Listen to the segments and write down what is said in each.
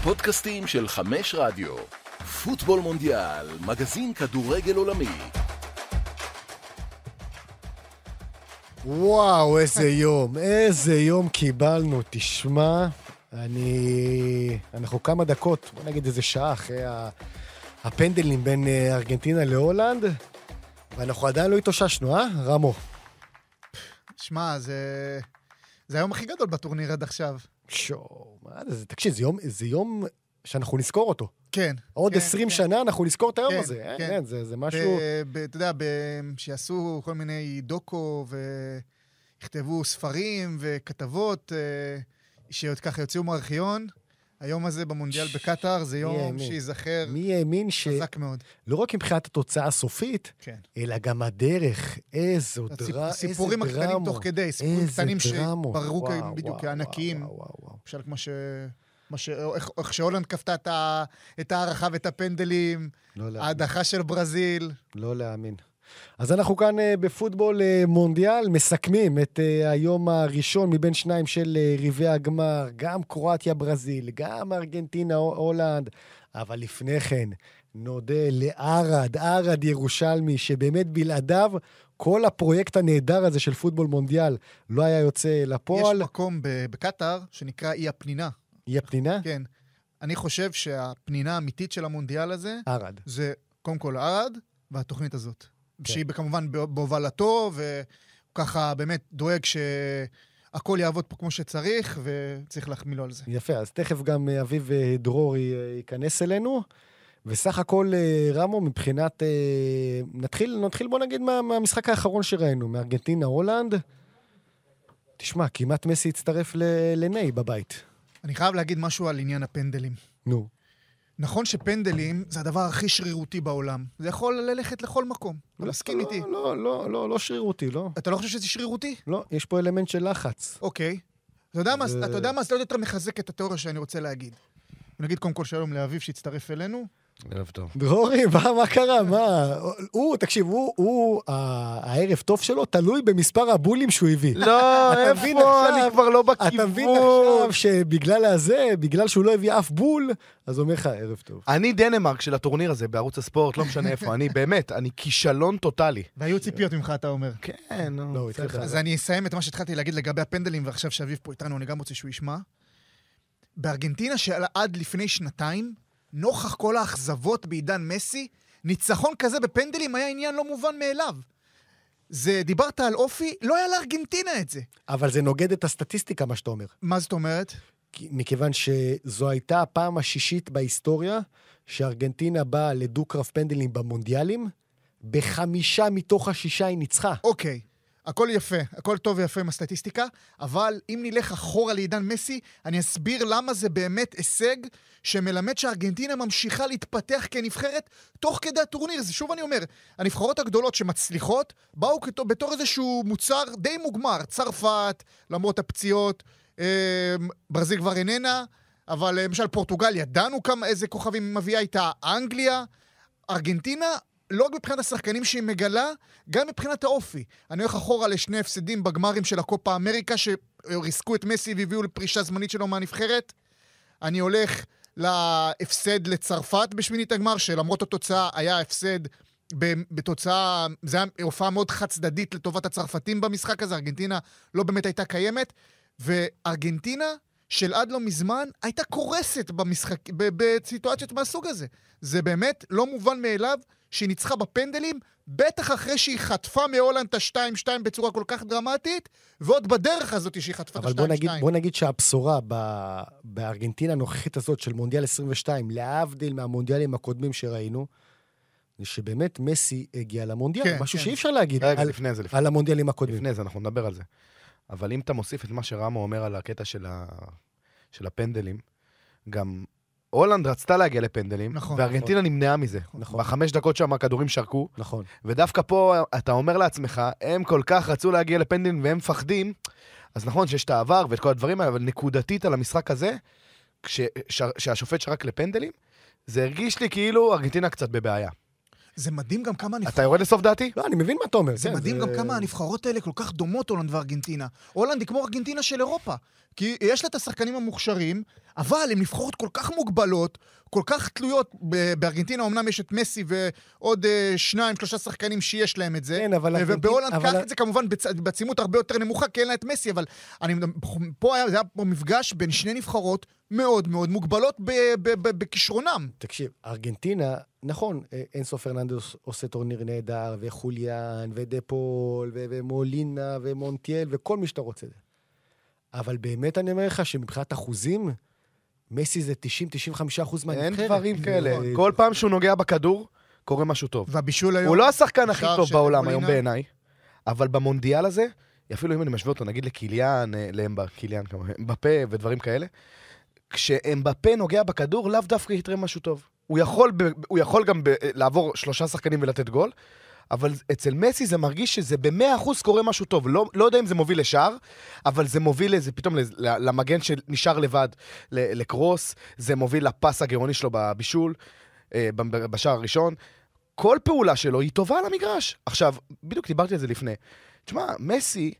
הפודקאסטים של 5 רדיו. פוטבול מונדיאל, מגזין כדורגל עולמי. וואו, איזה יום קיבלנו, תשמע. אנחנו כמה דקות, בוא נגיד איזה שעה אחרי הפנדלים בין ארגנטינה להולנד, ואנחנו עדיין לא התאוששנו, רמו? שמע, זה היום הכי גדול בטורניר עד עכשיו. מה זה? תקשיב, זה יום שאנחנו נזכור אותו. כן. עוד 20 שנה אנחנו נזכור את היום כן, הזה. כן. זה משהו... אתה יודע, שיעשו כל מיני דוקו ויכתבו ספרים וכתבות שככה יוציאו מארכיון. היום הזה במונדיאל בקטר זה יום שיזכר חזק מאוד. לא רק מבחינת התוצאה הסופית, אלא גם הדרך. איזו דרמה. סיפורים הקטנים תוך כדי, סיפורים קטנים שבררו בדיוק כענקיים. למשל כמו איך שהולנד כפתה את הערכה ואת הפנדלים, ההדחה של ברזיל. לא להאמין. אז אנחנו כאן בפוטבול מונדיאל מסכמים את היום הראשון מבין שניים של רבעי הגמר, גם קרואטיה ברזיל, גם ארגנטינה הולנד, אבל לפני כן נודה לארד ירושלמי, שבאמת בלעדיו כל הפרויקט הנהדר הזה של פוטבול מונדיאל לא היה יוצא לפועל. יש מקום בקטר שנקרא אי הפנינה. אי הפנינה? כן. אני חושב שהפנינה האמיתית של המונדיאל הזה, ארד. זה קודם כל ארד והתוכנית הזאת. שהיא כמובן בהובלתו, וככה באמת דואג שהכל יעבוד פה כמו שצריך, וצריך להחמיא לו על זה. יפה, אז תכף גם אביב דרורי ייכנס אלינו, וסך הכל רמו מבחינת, נתחיל בוא נגיד מהמשחק האחרון שראינו, מארגנטינה הולנד, תשמע, כמעט מסי הצטרף לני בבית. אני חייב להגיד משהו על עניין הפנדלים. נו. נכון שפנדלים זה הדבר הכי שרירותי בעולם. זה יכול ללכת לכל מקום. אתה מסכים איתי? לא שרירותי, לא. אתה לא חושב שזה שרירותי? לא, יש פה אלמנט של לחץ. אוקיי. אתה יודע מה, זה לא יותר מחזק את התיאוריה שאני רוצה להגיד. נגיד קודם כל שלום לאביב שהצטרף אלינו. ערב טוב. דרורי, מה קרה? מה? תקשיב, הערב טוב שלו תלוי במספר הבולים שהוא הביא. לא, איפה? אני כבר לא בכיוון. אתה מבין עכשיו שבגלל הזה, בגלל שהוא לא הביא אף בול, אז אומר לך, ערב טוב. אני דנמרק של הטורניר הזה, בערוץ הספורט, לא משנה איפה. אני באמת, אני כישלון טוטלי. והיו ציפיות ממך, אתה אומר. כן, לא, אז אני אסיים את מה שהתחלתי להגיד לגבי הפנדלים, ועכשיו שאביב פה איתנו, אני גם רוצה שהוא ישמע. בארגנטינה שעד לפני שנתיים, נוכח כל האכזבות בעידן מסי, ניצחון כזה בפנדלים היה עניין לא מובן מאליו. דיברת על אופי, לא היה לארגנטינה את זה. אבל זה נוגד את הסטטיסטיקה, מה שאתה אומר. מה זאת אומרת? מכיוון שזו הייתה הפעם השישית בהיסטוריה, שארגנטינה באה לדו-קרב פנדלים במונדיאלים, 5 מתוך 6 היא ניצחה. אוקיי. הכל יפה, הכל טוב ויפה עם הסטטיסטיקה, אבל אם נלך אחורה לעידן מסי, אני אסביר למה זה באמת הישג שמלמד שארגנטינה ממשיכה להתפתח כנבחרת תוך כדי הטורניר. זה שוב אני אומר, הנבחרות הגדולות שמצליחות, באו בתור איזשהו מוצר די מוגמר, צרפת, למרות הפציעות, ברזיל כבר איננה, אבל למשל פורטוגל ידענו איזה כוכבים מביאה איתה, אנגליה, ארגנטינה, לא רק מבחינת השחקנים שהיא מגלה, גם מבחינת האופי. אני הולך אחורה לשני הפסדים בגמרים של הקופה אמריקה, שריסקו את מסי והביאו לפרישה זמנית שלו מהנבחרת. אני הולך להפסד לצרפת בשמינית הגמר, שלמרות התוצאה היה הפסד בתוצאה, זה היה הופעה מאוד חד צדדית לטובת הצרפתים במשחק הזה, ארגנטינה לא באמת הייתה קיימת, וארגנטינה של עד לא מזמן הייתה קורסת בסיטואציות מהסוג הזה. זה באמת לא מובן מאליו שהיא ניצחה בפנדלים, בטח אחרי שהיא חטפה מהולנד את ה-2-2 בצורה כל כך דרמטית, ועוד בדרך הזאת שהיא חטפה את ה-2-2. אבל בוא נגיד שהבשורה בארגנטינה הנוכחית הזאת של מונדיאל 22, להבדיל מהמונדיאלים הקודמים שראינו, זה שבאמת מסי הגיע למונדיאל, כן, משהו כן. שאי אפשר להגיד על המונדיאלים הקודמים. לפני זה, אנחנו נדבר על זה. אבל אם אתה מוסיף את מה שרמו אומר על הקטע של הפנדלים, גם הולנד רצתה להגיע לפנדלים, נכון, וארגנטינה נכון. נמנעה מזה. נכון. ב5 דקות שם הכדורים שרקו, נכון. ודווקא פה אתה אומר לעצמך, הם כל כך רצו להגיע לפנדלים והם מפחדים, אז נכון שיש את העבר ואת כל הדברים האלה, אבל נקודתית על המשחק הזה, שהשופט שרק לפנדלים, זה הרגיש לי כאילו ארגנטינה קצת בבעיה. זה מדהים גם כמה אתה יורד לסוף דעתי? לא, אני מבין מה אתה אומר. זה מדהים גם כמה הנבחרות האלה כל כך דומות, הולנד וארגנטינה. הולנד היא כמו ארגנטינה של אירופה. כי יש לה את השחקנים המוכשרים, אבל הן נבחרות כל כך מוגבלות, כל כך תלויות. בארגנטינה אמנם יש את מסי ועוד 2-3 שחקנים שיש להם את זה. כן, אבל ובהולנד קח את זה כמובן בעצימות הרבה יותר נמוכה, כי אין לה את מסי, אבל פה היה פה מפגש בין שני נבחרות מאוד מאוד מוגבלות בכישרונם. תקשיב, ארגנטינה, נכון, אינסו פרננדס עושה טורניר נהדר, וחוליאן, ודפול, ומולינה, ומונטיאל, וכל מי שאתה רוצה. אבל באמת אני אומר לך שמבחינת אחוזים, מסי זה 90-95% מהנבחרת. אין דברים כאלה. כל פעם שהוא נוגע בכדור, קורה משהו טוב. והבישול היום... הוא לא השחקן הכי טוב בעולם היום בעיניי, אבל במונדיאל הזה, אפילו אם אני משווה אותו, נגיד לקיליאן, אמבפה ודברים כאלה, כשאמבפה נוגע בכדור, לאו דווקא יתראה משהו טוב. הוא יכול גם לעבור 3 שחקנים ולתת גול, אבל אצל מסי זה מרגיש שזה ב100% קורה משהו טוב. לא יודע אם זה מוביל לשער, אבל זה מוביל פתאום למגן שנשאר לבד לקרוס, זה מוביל לפס הגאוני שלו בבישול, בשער הראשון. כל פעולה שלו היא טובה על המגרש. עכשיו, בדיוק דיברתי על זה לפני. תשמע, מסי,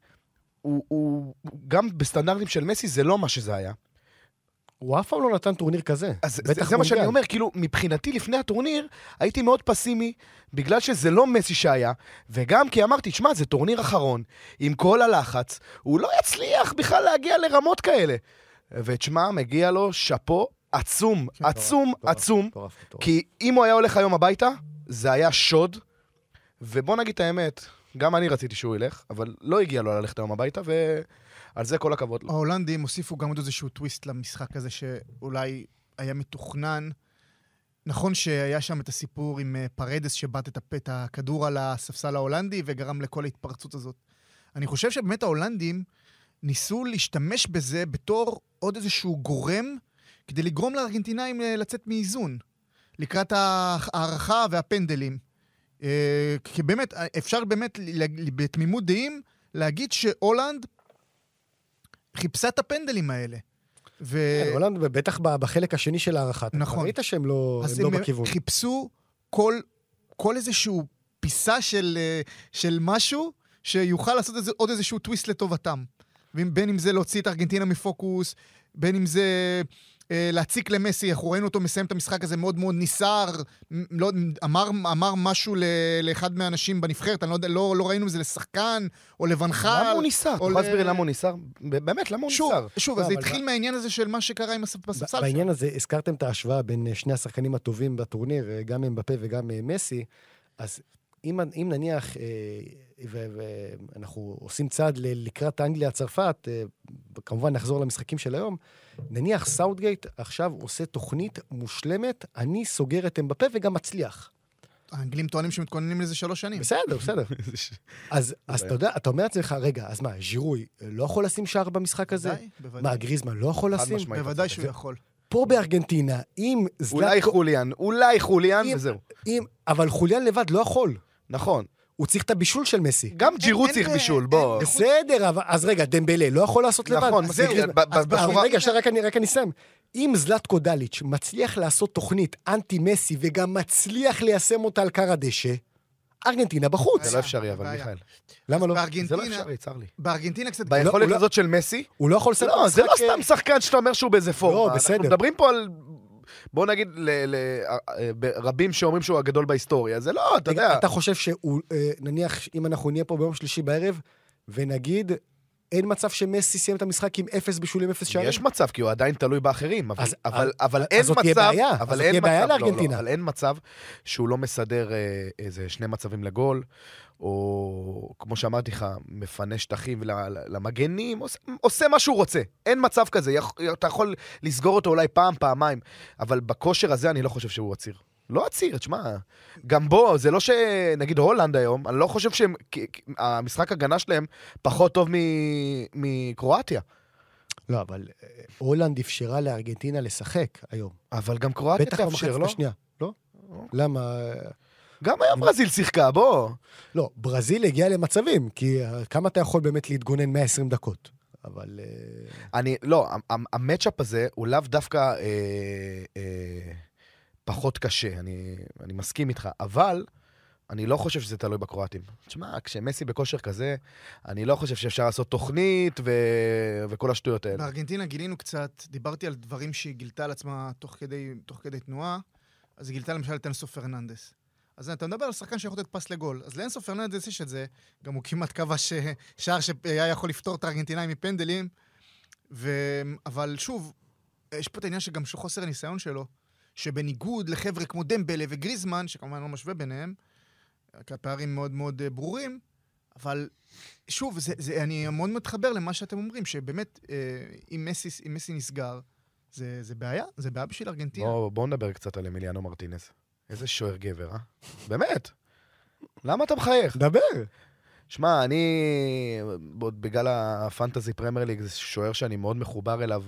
הוא גם בסטנדרטים של מסי זה לא מה שזה היה. הוא אף פעם לא נתן טורניר כזה. אז זה מה שאני אומר, כאילו, מבחינתי לפני הטורניר, הייתי מאוד פסימי, בגלל שזה לא מסי שהיה, וגם כי אמרתי, תשמע, זה טורניר אחרון, עם כל הלחץ, הוא לא יצליח בכלל להגיע לרמות כאלה. ותשמע, מגיע לו שפו עצום, עצום, כי אם הוא היה הולך היום הביתה, זה היה שוד, ובוא נגיד את האמת, גם אני רציתי שהוא ילך, אבל לא הגיע לו ללכת היום הביתה, על זה כל הכבוד לו. ההולנדים הוסיפו גם עוד איזשהו טוויסט למשחק הזה שאולי היה מתוכנן. נכון שהיה שם את הסיפור עם פרדס שבאת את הכדור על הספסל ההולנדי וגרם לכל ההתפרצות הזאת. אני חושב שבאמת ההולנדים ניסו להשתמש בזה בתור עוד איזשהו גורם כדי לגרום לארגנטינאים לצאת מאיזון לקראת הערכה והפנדלים. כי באמת, אפשר באמת בתמימות דעים להגיד שהולנד חיפשה את הפנדלים האלה. הולנד בטח בחלק השני של הערכה. נכון. ראית שהם לא בכיוון. אז הם חיפשו כל איזשהו פיסה של משהו שיוכל לעשות עוד איזשהו טוויסט לטובתם. בין אם זה להוציא את ארגנטינה מפוקוס, בין אם זה להציק למסי, אנחנו ראינו אותו מסיים את המשחק הזה מאוד מאוד ניסר, אמר משהו לאחד מהאנשים בנבחרת, אני לא ראינו אם זה לשחקן או לבנחל. למה הוא ניסר? אתה יכול להסביר למה הוא ניסר? באמת, למה הוא ניסר? שוב, אז זה התחיל מהעניין הזה של מה שקרה עם הספסל. בעניין הזה, הזכרתם את ההשוואה בין שני השחקנים הטובים בטורניר, גם אמבפה וגם מסי, אז אם נניח, ואנחנו עושים צעד לקראת אנגליה צרפת, כמובן נחזור למשחקים של היום, נניח סאוטגייט עכשיו עושה תוכנית מושלמת, אני סוגר את אמבפה וגם מצליח. האנגלים טוענים שמתכוננים לזה 3 שנים. בסדר. אז אתה יודע, אתה אומר את זה לך, רגע, אז מה, ז'ירוי לא יכול לשים שער במשחק הזה? מה, גריזמן לא יכול לשים? בוודאי שהוא יכול. פה בארגנטינה, אם אולי חוליאן וזהו. אבל חוליאן לבד לא יכול. נכון. הוא צריך את הבישול של מסי. גם ג'ירו צריך בישול, בוא. בסדר, אז רגע, דמבלה לא יכול לעשות לבד. נכון, רגע, רק אני אסיים. אם זלטקו דליץ' מצליח לעשות תוכנית אנטי-מסי, וגם מצליח ליישם אותה על קר הדשא, ארגנטינה בחוץ. זה לא אפשרי, אבל מיכאל. למה לא? זה לא אפשרי, צר לי. בארגנטינה קצת... ביכולת הזאת של מסי? הוא לא יכול לעשות... לא, זה לא סתם שחקן שאתה אומר שהוא באיזה פורמה. לא, בסדר. אנחנו מדברים פה על... בוא נגיד לרבים שאומרים שהוא הגדול בהיסטוריה, זה לא, אתה יודע. אתה חושב שהוא, נניח, אם אנחנו נהיה פה ביום שלישי בערב, ונגיד, אין מצב שמסי סיים את המשחק עם 0 בישולים 0 שערים? יש מצב, כי הוא עדיין תלוי באחרים, אבל אין מצב... זאת תהיה בעיה לארגנטינה. אבל אין מצב שהוא לא מסדר איזה 2 מצבים לגול, או כמו שאמרתי לך, מפנה שטחים למגנים, עושה מה שהוא רוצה. אין מצב כזה, אתה יכול לסגור אותו אולי פעם, פעמיים, אבל בכושר הזה אני לא חושב שהוא עציר. לא עציר, תשמע, גם בו, זה לא שנגיד הולנד היום, אני לא חושב שהמשחק הגנה שלהם פחות טוב מקרואטיה. לא, אבל הולנד אפשרה לארגנטינה לשחק היום. אבל גם קרואטיה תאפשר, לא? השנייה, לא? למה... גם היום ברזיל שיחקה, בוא. לא, ברזיל הגיעה למצבים, כי כמה אתה יכול באמת להתגונן 120 דקות? אבל... לא, המאצ'אפ הזה הוא לאו דווקא פחות קשה, אני מסכים איתך, אבל אני לא חושב שזה תלוי בקרואטים. תשמע, כשמסי בכושר כזה, אני לא חושב שאפשר לעשות תוכנית וכל השטויות האלה. בארגנטינה גילינו קצת, דיברתי על דברים שהיא גילתה על עצמה תוך כדי תנועה, אז היא גילתה למשל את אנסו פרננדס. אז אתה מדבר על שחקן שיכול לתת פס לגול. אז לאנסו פרננדס יש את זה, גם הוא כמעט כבש שער שהיה יכול לפתור את הארגנטינאים מפנדלים, אבל שוב, יש פה את העניין שגם חוסר הניסיון שלו, שבניגוד לחבר'ה כמו דמבלה וגריזמן, שכמובן לא משווה ביניהם, הפערים מאוד מאוד ברורים, אבל שוב, אני מאוד מתחבר למה שאתם אומרים, שבאמת, אם מסי נסגר, זה בעיה בשביל ארגנטינה. בואו נדבר קצת על אמיליאנו מרטינז. איזה שוער גבר, באמת. למה אתה מחייך? דבר. שמע, אני, בגלל הפנטזי פרמייר ליג, זה שוער שאני מאוד מחובר אליו,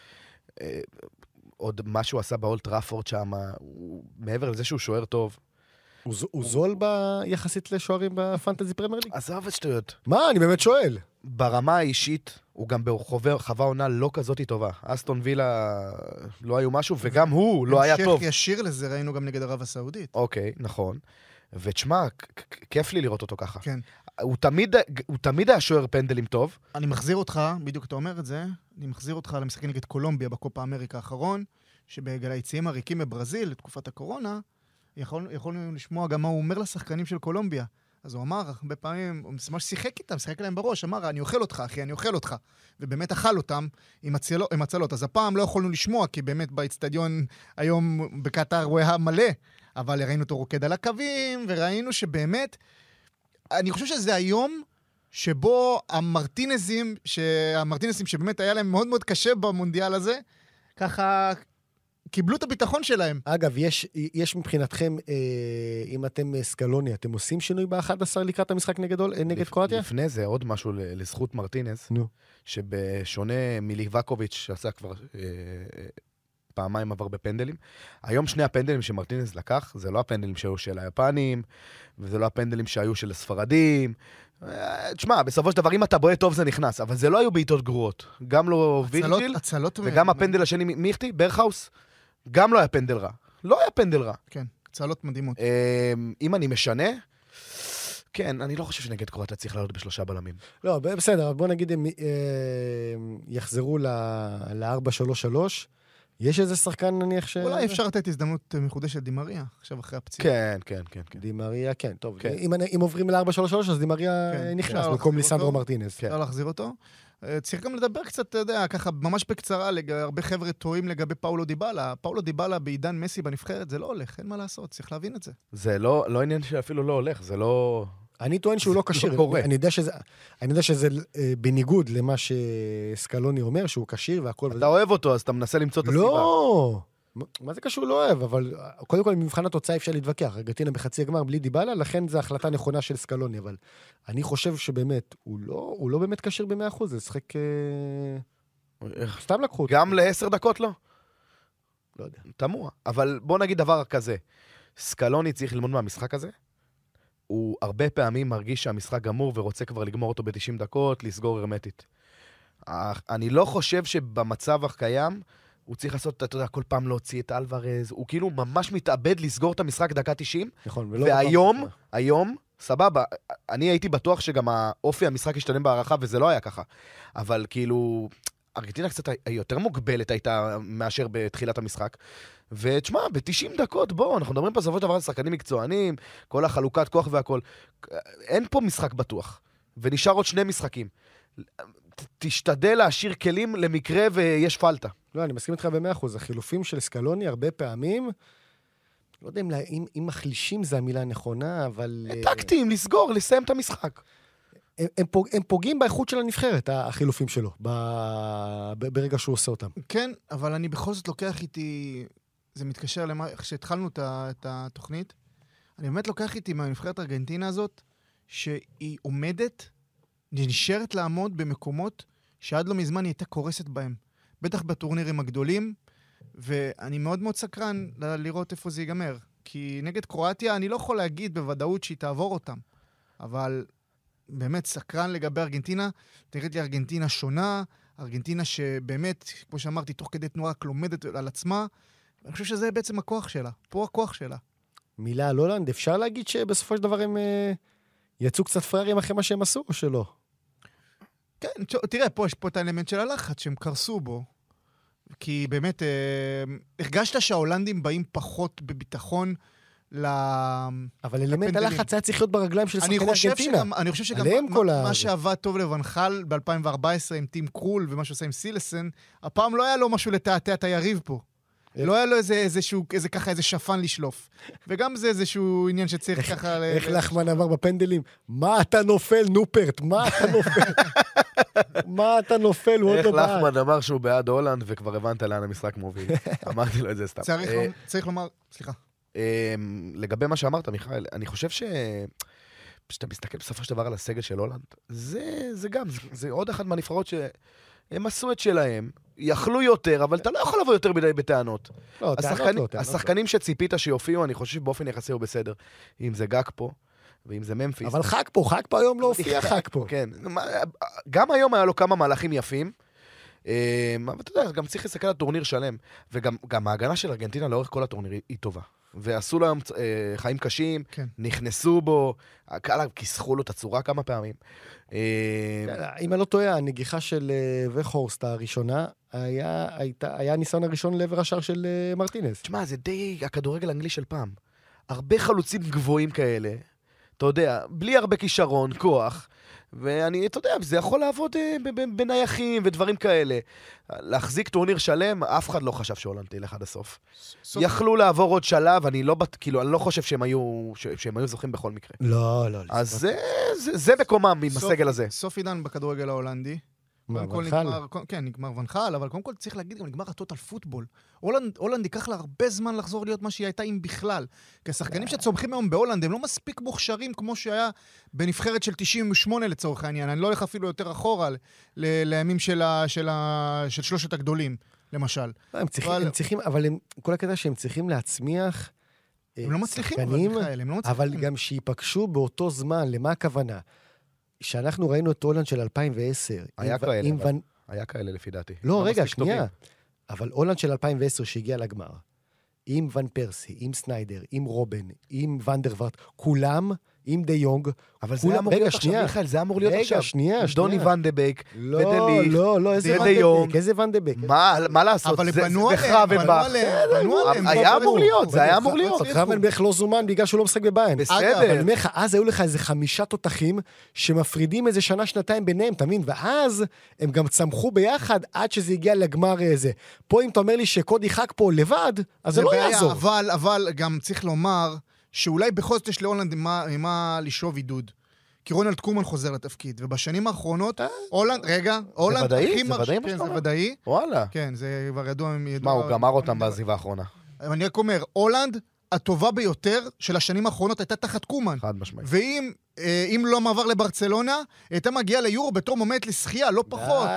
עוד מה שהוא עשה באולד טראפורד שם, מעבר לזה שהוא שוער טוב. הוא זול יחסית לשוערים בפנטזי פרמייר ליג? עזוב את שטויות. מה? אני באמת שואל. ברמה האישית, הוא גם חווה עונה לא כזאת טובה. אסטון וילה לא היו משהו, וגם הוא לא היה טוב. המשך ישיר לזה ראינו גם נגד ערב הסעודית. אוקיי, נכון. ותשמע, כיף לי לראות אותו ככה. כן. הוא תמיד היה שוער פנדלים טוב. אני מחזיר אותך, בדיוק אתה אומר את זה, אני מחזיר אותך למשחק נגד קולומביה בקופה אמריקה האחרון, שבגלל היציאים הריקים בברזיל, לתקופת הקורונה, יכולנו לשמוע גם מה הוא אומר לשחקנים של קולומביה. אז הוא אמר, הרבה פעמים, הוא ממש שיחק איתם, שיחק להם בראש, אמר, אני אוכל אותך, אחי, אני אוכל אותך. ובאמת אכל אותם עם הצלות. אז הפעם לא יכולנו לשמוע, כי באמת באצטדיון היום בקטר הוא היה מלא, אבל ראינו אותו רוקד על הקווים, וראינו שבאמת, אני חושב שזה היום שבו המרטינזים שבאמת היה להם מאוד מאוד קשה במונדיאל הזה, ככה קיבלו את הביטחון שלהם. אגב, יש מבחינתכם, אם אתם סקלוני, אתם עושים שינוי ב-11 לקראת המשחק נגד קרואטיה? לפני זה עוד משהו לזכות מרטינז, שבשונה מליבקוביץ' שעשה כבר פעמיים עבר בפנדלים, היום שני הפנדלים שמרטינז לקח, זה לא הפנדלים שהיו של היפנים, וזה לא הפנדלים שהיו של הספרדים. תשמע, בסופו של דבר, אם אתה בועט טוב זה נכנס, אבל זה לא היו בעיטות גרועות. גם לא וירג'יל, וגם הפנדל השני, מי החטיא? ברכהאוס, גם לא היה פנדל רע. לא היה פנדל רע. כן, צלות מדהימות. אם אני משנה, כן, אני לא חושב שנגד קרואטיה צריך לעלות ב3 בלמים. לא, בסדר, בוא נגיד הם יחזרו ל-4-3-3, יש איזה שחקן נניח ש... אולי אפשר לתת הזדמנות מחודשת דימריה, עכשיו אחרי הפציעה. כן. דימריה, כן, טוב. אם עוברים ל-4-3-3, אז דימריה נכנס, במקום ליסנדרו מרטינז. אפשר להחזיר אותו. צריך גם לדבר קצת, אתה יודע, ככה ממש בקצרה, הרבה חבר'ה טועים לגבי פאולו דיבאלה. פאולו דיבאלה בעידן מסי בנבחרת, זה לא הולך, אין מה לעשות, צריך להבין את זה. זה לא עניין שאפילו לא הולך, זה לא... אני טוען שהוא לא קשיר. אני יודע שזה בניגוד למה שסקלוני אומר, שהוא קשיר והכל. אתה אוהב אותו, אז אתה מנסה למצוא את הסיבה. לא! מה זה קשור לא אוהב? אבל קודם כל, במבחן התוצאה אפשר להתווכח. ארגנטינה בחצי הגמר בלי דיבאלה, לכן זו החלטה נכונה של סקלוני. אבל אני חושב שבאמת, הוא לא באמת קשיר ב100%, זה שחק... סתם לקחו. גם ל10 דקות לא? לא יודע. תמוה. אבל בוא נגיד דבר כזה. סקלוני צריך ללמוד מהמשחק הזה. הוא הרבה פעמים מרגיש שהמשחק גמור ורוצה כבר לגמור אותו ב90 דקות, לסגור הרמטית. אני לא חושב שבמצב הקיים הוא צריך לעשות, אתה יודע, כל פעם להוציא את אלוורז, הוא כאילו ממש מתאבד לסגור את המשחק דקה 90, נכון, והיום, סבבה, אני הייתי בטוח שגם האופי המשחק ישתלם בערכה, וזה לא היה ככה. אבל כאילו, ארגנטינה קצת יותר מוגבלת הייתה מאשר בתחילת המשחק, ותשמע, ב90 דקות, בוא, אנחנו מדברים פה סופו של דבר על שחקנים מקצוענים, כל החלוקת כוח והכל, אין פה משחק בטוח, ונשאר עוד 2 משחקים. תשתדל להשאיר כלים למקרה ויש פלטה. לא, אני מסכים איתך ב100%. החילופים של סקלוני הרבה פעמים, לא יודע אם מחלישים זה המילה הנכונה, אבל... טקטיים, לסגור, לסיים את המשחק. הם פוגעים באיכות של הנבחרת, החילופים שלו, ברגע שהוא עושה אותם. כן, אבל אני בכל זאת לוקח איתי, זה מתקשר איך שהתחלנו את התוכנית, אני באמת לוקח איתי מהנבחרת ארגנטינה הזאת, שהיא עומדת, נשארת לעמוד במקומות שעד לא מזמן היא הייתה קורסת בהם. בטח בטורנירים הגדולים, ואני מאוד מאוד סקרן לראות איפה זה ייגמר. כי נגד קרואטיה אני לא יכול להגיד בוודאות שהיא תעבור אותם. אבל באמת סקרן לגבי ארגנטינה, תראית לי ארגנטינה שונה, ארגנטינה שבאמת, כמו שאמרתי, תוך כדי תנועה לומדת על עצמה, אני חושב שזה בעצם הכוח שלה. פה הכוח שלה. מילה על הולנד, אפשר להגיד שבסופו של דבר הם יצאו קצת פריירים אחרי מה שהם עשו, או שלא? כן, תראה, יש פה את האלמנט של הלחץ שהם קרסו בו. כי באמת, הרגשת שההולנדים באים פחות בביטחון אבל אלמנט הלחץ היה צריך להיות ברגליים של שחקני ארגנטינה. אני חושב שגם מה שעבד טוב לבנחל ב-2014 עם טים קרול ומה שעושה עם סילסן, הפעם לא היה לו משהו לתעתע את היריב פה. לא היה לו איזה שפן לשלוף. וגם זה איזשהו עניין שצריך ככה... איך לחמן אמר בפנדלים? מה אתה נופל, נופרט? מה אתה נופל? מה אתה נופל? הוא עוד לא בעד. איך לחמן אמר שהוא בעד הולנד, וכבר הבנת לאן המשחק מוביל. אמרתי לו את זה סתם. צריך לומר, סליחה. לגבי מה שאמרת, מיכאל, אני חושב שאתה מסתכל בסופו של דבר על הסגל של הולנד, זה גם, זה עוד אחת מהנבחרות שהם עשו את שלהם, יכלו יותר, אבל אתה לא יכול לבוא יותר מדי בטענות. השחקנים שציפית שיופיעו, אני חושב שבאופן יחסי הוא בסדר. אם זה גג פה, ואם זה ממפיס. אבל חג פה היום לא הופיע חג פה. כן, גם היום היה לו כמה מהלכים יפים, אבל אתה יודע, גם צריך לסתכל על טורניר שלם, וגם ההגנה של ארגנטינה לאורך כל הטורניר היא טובה. ועשו להם חיים קשים, נכנסו בו, כיסחו לו את הצורה כמה פעמים. אם אני לא טועה, הנגיחה של וחורסט הראשונה, היה הניסיון הראשון לעבר השער של מרטינס. תשמע, זה די הכדורגל האנגלי של פעם. הרבה חלוצים גבוהים כאלה, אתה יודע, בלי הרבה כישרון, כוח, ואני, אתה יודע, זה יכול לעבוד בנייחים ודברים כאלה. להחזיק טורניר שלם, אף אחד לא חשב שהולנד תלך עד הסוף. יכלו לעבור עוד שלב, אני לא חושב שהם היו זוכים בכל מקרה. לא. אז זה מקומם עם הסגל הזה. סוף עידן בכדורגל ההולנדי. ונחל. כן, נגמר ונחל, אבל קודם כל צריך להגיד, גם נגמר הטוטל פוטבול. הולנד ייקח לה הרבה זמן לחזור להיות מה שהיא הייתה עם בכלל. כי השחקנים שצומחים היום בהולנד, הם לא מספיק מוכשרים כמו שהיה בנבחרת של 98 לצורך העניין. אני לא הולך אפילו יותר אחורה לימים של שלושת הגדולים, למשל. הם צריכים, אבל כל הקטע שהם צריכים להצמיח הם לא מצליחים, אבל גם שיפגשו באותו זמן, למה הכוונה? שאנחנו ראינו את הולנד של 2010. היה כאלה לפי דעתי. לא, רגע, שנייה. אבל הולנד של 2010 שהגיע לגמר, עם ון פרסי, עם סניידר, עם רובן, עם ונדרווארט, כולם עם די יונג. אבל זה אמור להיות עכשיו, מיכאל, זה אמור להיות עכשיו. רגע, שנייה. דוני ונדבק, ודליך, לא, איזה ונדבק, איזה ונדבק. מה לעשות? אבל הם בנו עליהם. היה אמור להיות, זה היה אמור להיות. רבנבך לא זומן בגלל שהוא לא משחק בביין. בסדר. אבל אני אומר לך, אז היו לך איזה 5 תותחים שמפרידים איזה שנה-שנתיים ביניהם, תמיד, ואז הם גם צמחו ביחד עד שזה הגיע לגמר איזה. פה אם אתה אומר לי שקודי חג פה לבד, אז זה לא יעזור. אבל גם צריך לומר שאולי בכל זאת יש להולנד ממה לשאוב עידוד. כי רונלד קומן חוזר לתפקיד, ובשנים האחרונות, הולנד, זה ודאי? זה ודאי? כן, זה ודאי. וואלה. כן, זה כבר ידוע. מה, הוא גמר אותם בעזיבה האחרונה. אני רק אומר, הולנד, הטובה ביותר של השנים האחרונות הייתה תחת קומן. חד משמעית. ואם לא מעבר לברצלונה, הייתה מגיעה ליורו בתור מומנט לשחייה, לא פחות.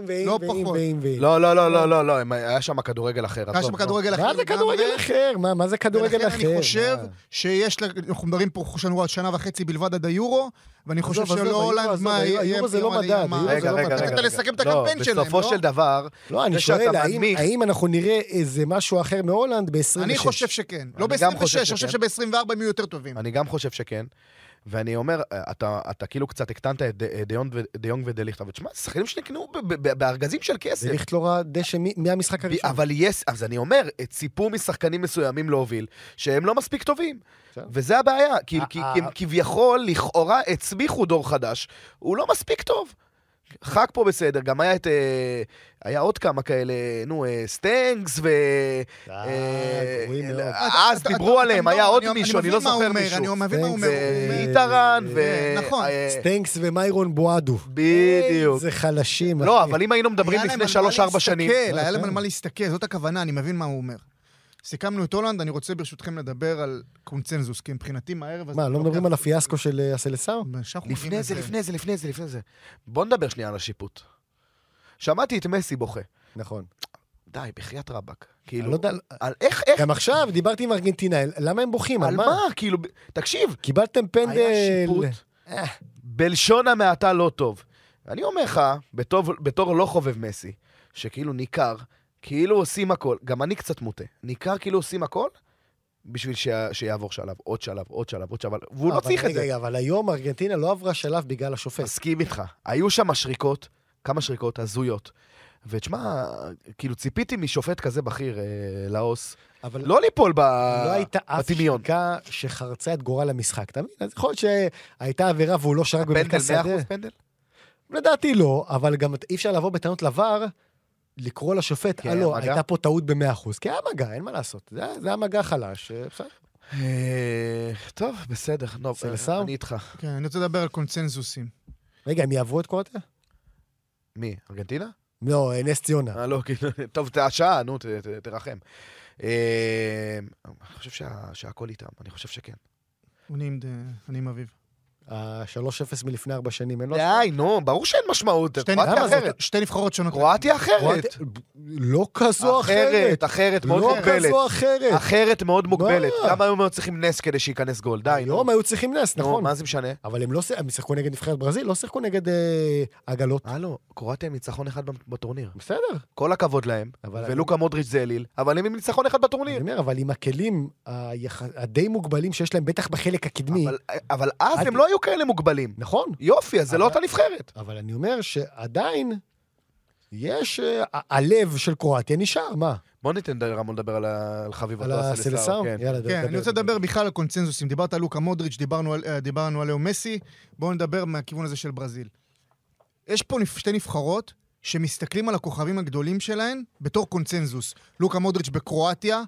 לא, היה שם כדורגל אחר. היה שם כדורגל אחר. מה זה כדורגל אחר? מה זה כדורגל אחר? אני חושב שיש, אנחנו מדברים פה שנה וחצי בלבד עד היורו, ואני חושב שלא הולנד, מה יהיה... היורו זה לא מדד. רגע. אתה לסכם את הקמפיין שלהם, לא? בסופו של דבר... לא, אני שואל, האם אנחנו נראה איזה משהו אחר מהולנד ב-26? אני חושב שכן. לא ב-26, אני חושב שב-24 הם יהיו יותר טובים. אני גם חושב שכן. ואני אומר, אתה כאילו קצת הקטנת את דיונג ודליכט, אבל תשמע, שחקנים שנקנו בארגזים של כסף. דליכט לא ראה דשא מהמשחק הראשון. אבל אז אני אומר, ציפו משחקנים מסוימים להוביל, שהם לא מספיק טובים. וזה הבעיה, כי כביכול, לכאורה, הצמיחו דור חדש, הוא לא מספיק טוב. חג פה בסדר, גם היה עוד כמה כאלה, סטנגס אז דיברו עליהם, היה עוד מישהו, אני לא זוכר מישהו. אני מבין מה הוא אומר. איתרן נכון. סטנקס ומיירון בועדו. בדיוק. זה חלשים. לא, אבל אם היינו מדברים לפני 3-4 שנים. היה להם על מה להסתכל, זאת הכוונה, אני מבין מה הוא אומר. סיכמנו את הולנד, אני רוצה ברשותכם לדבר על קונצנזוס, כי מבחינתי מהערב... מה, לא מדברים על הפיאסקו של הסלסאו? לפני זה. בוא נדבר שנייה על השיפוט. שמעתי את מסי בוכה. נכון. די, בחיית רבק. אני לא יודע... איך? גם עכשיו, דיברתי עם ארגנטינה, למה הם בוכים? על מה? כאילו, תקשיב. קיבלתם פנדל... היה שיפוט. בלשון המעטה לא טוב. אני אומר לך, בתור לא חובב מסי, שכאילו ניכר, כאילו עושים הכל, גם אני קצת מוטה, ניכר כאילו עושים הכל, בשביל שיעבור שלב, עוד שלב, עוד שלב, עוד שלב, והוא לא צריך את זה. אבל היום ארגנטינה לא עברה שלב בגלל השופט. מסכים איתך. היו שם שריקות, כמה שריקות הזויות. ותשמע, כאילו ציפיתי משופט כזה בכיר לאוס, לא ליפול בטמיון. לא הייתה אף שריקה שחרצה את גורל המשחק, אתה מבין? אז יכול להיות שהייתה עבירה והוא לא שרק במרכז שדה. פנדל, 100% פנדל? לדעתי לא, אבל גם אי אפשר לבוא בטענות לבר, לקרוא לשופט, לא, הייתה פה טעות ב100%, כי היה מגע, אין מה לעשות. זה היה מגע חלש, בסדר. טוב, בסדר. אני איתך. כן, אני רוצה לדבר על קונצנזוסים. רגע, הם יעברו את קרואטיה? מי? ארגנטינה? לא, נס ציונה. לא, טוב, השעה, נו, תרחם. אני חושב שהכל איתם, אני חושב שכן. אני עם אביב. 3-0 מלפני 4 שנים, אין לו... די, נו, ברור שאין משמעות. קרואטיה אחרת. שתי נבחרות שונות. קרואטיה אחרת. לא כזו אחרת. אחרת, מאוד מוגבלת. לא כזו אחרת. אחרת מאוד מוגבלת. גם היום היו צריכים נס כדי שייכנס גול. די, נו. היום היו צריכים נס, נכון. מה זה משנה? אבל הם שיחקו נגד נבחרת ברזיל, לא שיחקו נגד עגלות. לא, קרואטיה עם ניצחון אחד בטורניר. בסדר. כל הכבוד להם, ולוקה מודריץ' זה אליל, אבל הם עם ניצחון אחד בטורניר. אני אומר, אבל עם הכלים הדי מוגבלים שיש להם בטח בחלק הקדמי. אבל אז הם לא היו כאלה מוגבלים. נכון. יופי, אז זה לא אותה נבחרת. אבל אני אומר שעדיין יש, הלב של קרואטיה נשאר, מה? בוא ניתן רמון לדבר על חביבתו על הסלסאו? כן, אני רוצה לדבר בכלל על קונצנזוסים. דיברת על לוקה מודריץ', דיברנו על לאו מסי, בואו נדבר מהכיוון הזה של ברזיל. יש פה שתי נבחרות שמסתכלים על הכוכבים הגדולים שלהן בתור קונצנזוס. לוקה מודריץ' בקרואטיה,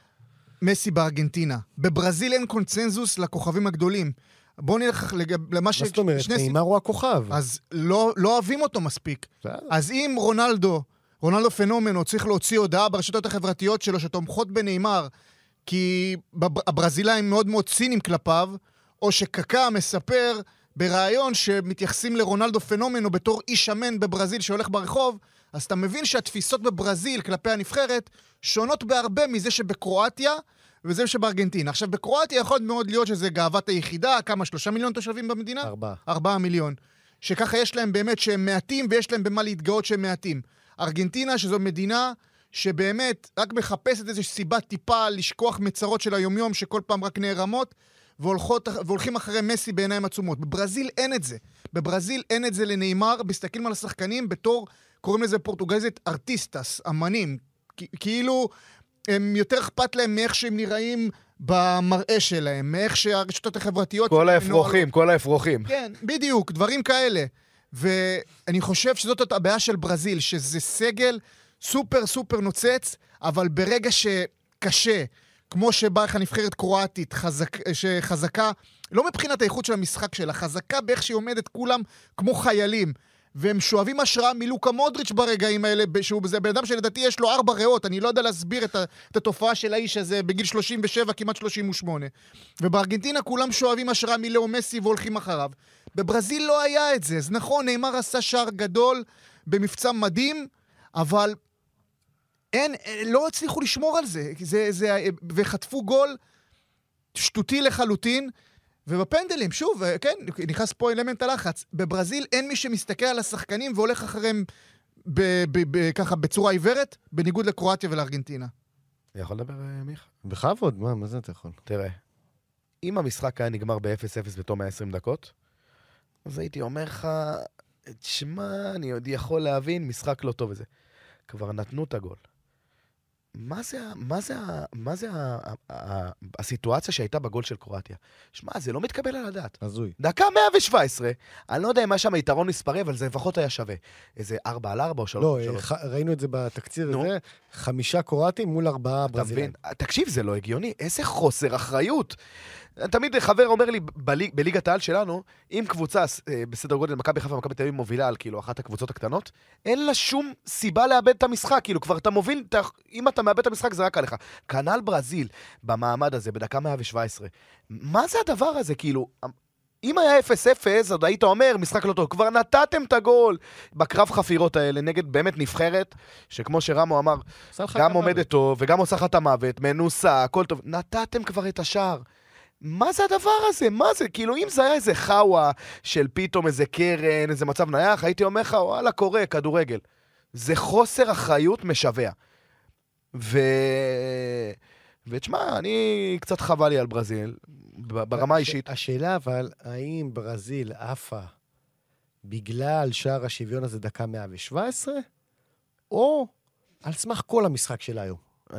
מסי בארגנטינה. בברזיל אין קונצנזוס לכוכבים הגדולים. בואו נלך למה ש... מה זאת אומרת? נאמר הוא הכוכב. אז לא אוהבים אותו מספיק. אז אם רונלדו פנומנו צריך להוציא הודעה ברשתות החברתיות שלו שתומכות בנאמר, כי הברזילאים מאוד מאוד ציניים כלפיו, או שקקה מספר ברעיון שמתייחסים לרונלדו פנומנו בתור איש שמן בברזיל שהולך ברחוב, אז אתה מבין שהתפיסות בברזיל כלפי הנבחרת שונות בהרבה מזה שבקרואטיה וזה שבארגנטינה. עכשיו, בקרואטיה יכול מאוד להיות שזה גאוות היחידה, כמה 3 מיליון תושבים במדינה? 4 מיליון. שככה יש להם באמת שהם מעטים, ויש להם במה להתגאות שהם מעטים. ארגנטינה, שזו מדינה שבאמת רק מחפשת איזו סיבה טיפה לשכוח מצרות של היומיום, שכל פעם רק נערמות, והולכים אחרי מסי בעיניים עצומות. בברזיל אין את זה. בברזיל אין את זה לנאמר, מסתכלים על השחקנים בתור, קוראים לזה פורטוגזית ארטיסטס, אמנים. כאילו הם יותר אכפת להם מאיך שהם נראים במראה שלהם, מאיך שהרשתות החברתיות... כל האפרוחים. כן, בדיוק, דברים כאלה. ואני חושב שזאת הבעיה של ברזיל, שזה סגל סופר סופר נוצץ, אבל ברגע שקשה, כמו שבאה לך נבחרת קרואטית, שחזקה, לא מבחינת האיכות של המשחק שלה, חזקה באיך שהיא עומדת כולם כמו חיילים, והם שואבים השראה מלוקה מודריץ' ברגעים האלה, זה בן אדם שלדעתי יש לו 4 ריאות, אני לא יודע להסביר את התופעה של האיש הזה בגיל 37, כמעט 38. ובארגנטינה כולם שואבים השראה מלאו מסי והולכים אחריו. בברזיל לא היה את זה, אז נכון, נאמר עשה שער גדול במבצע מדהים, אבל לא הצליחו לשמור על זה, וחטפו גול שטותי לחלוטין, ובפנדלים, שוב, כן, נכנס פה אלמנט הלחץ. בברזיל אין מי שמסתכל על השחקנים והולך אחריהם ככה בצורה עיוורת, בניגוד לקרואטיה ולארגנטינה. אני יכול לדבר, מיכה? בכבוד, מה זה אתה יכול? תראה, אם המשחק היה נגמר ב-0-0 בתום 120 דקות, אז הייתי אומר לך, תשמע, אני עוד יכול להבין, משחק לא טוב וזה. כבר נתנו את הגול. מה זה הסיטואציה שהייתה בגול של קרואטיה? שמע, זה לא מתקבל על הדעת. הזוי. דקה 117, אני לא יודע אם היה שם יתרון מספרי, אבל זה לפחות היה שווה. איזה 4-4 או 3-3. לא, ראינו את זה בתקציר הזה, 5 קרואטים מול 4 ברזילאים. תקשיב, זה לא הגיוני, איזה חוסר אחריות. תמיד חבר אומר לי, בליגת העל שלנו, אם קבוצה בסדר גודל מכבי חיפה ומכבי תל אביב מובילה על כאילו אחת הקבוצות הקטנות, אין לה שום סיבה לאבד את המשחק, כאילו כבר אתה מוביל, אם אתה מאבד את המשחק זה רק עליך. כנ"ל ברזיל, במעמד הזה, בדקה 117. מה זה הדבר הזה, כאילו? אם היה 0-0, אז היית אומר, משחק לא טוב, כבר נתתם את הגול בקרב חפירות האלה, נגד באמת נבחרת, שכמו שרמו אמר, גם עומדת טוב, וגם עושה לך את המוות, מנוסה, הכל טוב, נתתם כבר את השער. מה זה הדבר הזה? מה זה? כאילו, אם זה היה איזה חווה של פתאום איזה קרן, איזה מצב נייח, הייתי אומר לך, וואלה, קורה, כדורגל. זה חוסר אחריות משווה. ותשמע, אני קצת חבל לי על ברזיל, ברמה האישית. השאלה אבל, האם ברזיל עפה בגלל שער השוויון הזה דקה 117, או על סמך כל המשחק של היום?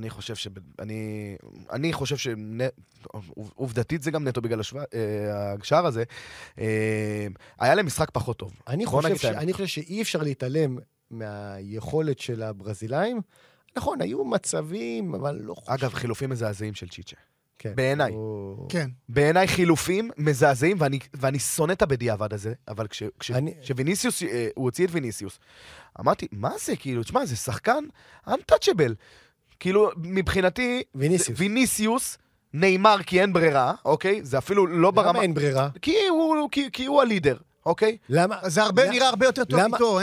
אני חושב עובדתית זה גם נטו בגלל השער הזה, היה להם משחק פחות טוב. אני חושב שאי אפשר להתעלם מהיכולת של הברזילאים. נכון, היו מצבים, אבל לא חושב. אגב, חילופים מזעזעים של צ'יצ'ה. כן. בעיניי. כן. בעיניי חילופים מזעזעים, ואני שונא את הבדיעבד הזה, אבל כשוויניסיוס, הוא הוציא את ויניסיוס, אמרתי, מה זה? כאילו, תשמע, זה שחקן untouchable. כאילו, מבחינתי, ויניסיוס, ניימר כי אין ברירה, אוקיי? זה אפילו לא ברמה... למה אין ברירה? כי הוא הלידר. אוקיי? למה? זה נראה הרבה יותר טוב איתו.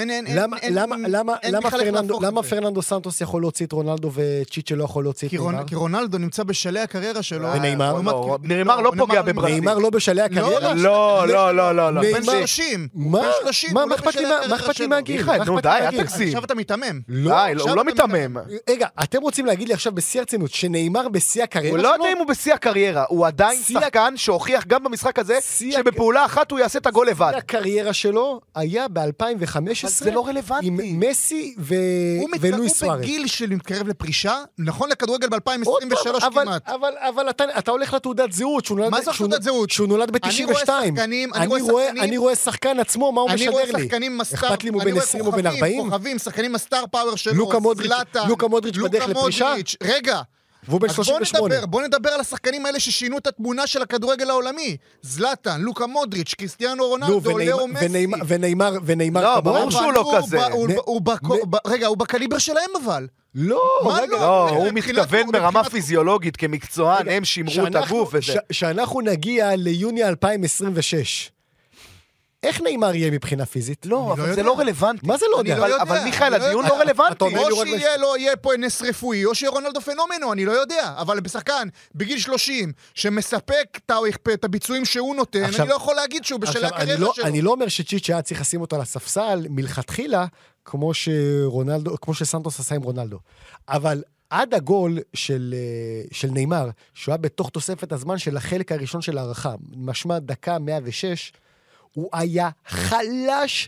למה פרננדו סנטוס יכול להוציא את רונלדו וצ'יצ'ה לא יכול להוציא את ניימר? כי רונלדו נמצא בשלהי הקריירה שלו. וניימר? ניימר לא פוגע בברזיל. ניימר לא בשלהי הקריירה? לא. בן 30. מה אכפת לי מהגיל? נו די, אל תגזים. עכשיו אתה מתאמם. די, הוא לא מתאמם. רגע, אתם רוצים להגיד לי עכשיו בשיא הרצינות שניימר בשיא הקריירה שלו? הוא לא יודע אם הוא בשיא הקריירה, הוא עדיין שחקן שהוכיח גם במשחק הזה שבפעולה אחת הוא יעשה את הגול לבד. הקריירה שלו היה ב-2015, זה לא רלוונטי. עם מסי ולואיס סוארז. הוא בגיל של מתקרב לפרישה, נכון לכדורגל ב-2023 כמעט. אבל אתה הולך לתעודת זהות, מה זה תעודת זהות? שהוא נולד ב-92. אני רואה שחקן עצמו, מה הוא משדר לי? אני רואה שחקנים אכפת לי הוא בן 20 או בן 40? כוכבים, שחקנים הסטאר פאוור שלו, לוקה מודריץ' בדרך לפרישה? רגע. והוא בן 38. בוא נדבר על השחקנים האלה ששינו את התמונה של הכדורגל העולמי. זלאטן, לוקה מודריץ', קריסטיאנו רונלדו, לאו מסי. ונאמר. לא, ברור שהוא לא כזה. רגע, הוא בקליבר שלהם אבל. לא, הוא מתכוון ברמה פיזיולוגית, כמקצוען, הם שימרו את הגוף וזה. שאנחנו נגיע ליוני 2026. איך ניימר יהיה מבחינה פיזית? לא, אבל זה לא רלוונטי. מה זה לא יודע? אבל מיכאל, הדיון לא רלוונטי. או שיהיה פה נס רפואי, או שיהיה רונלדו פנומנו, אני לא יודע. אבל בשחקן, בגיל 30, שמספק את הביצועים שהוא נותן, אני לא יכול להגיד שהוא בשל הקריירה שלו. אני לא אומר שצ'יצ'ה היה צריך לשים אותו על הספסל מלכתחילה, כמו שסנטוס עשה עם רונלדו. אבל עד הגול של ניימר, שהוא היה בתוך תוספת הזמן של החלק הראשון של הערכה, משמע דקה 106, הוא היה חלש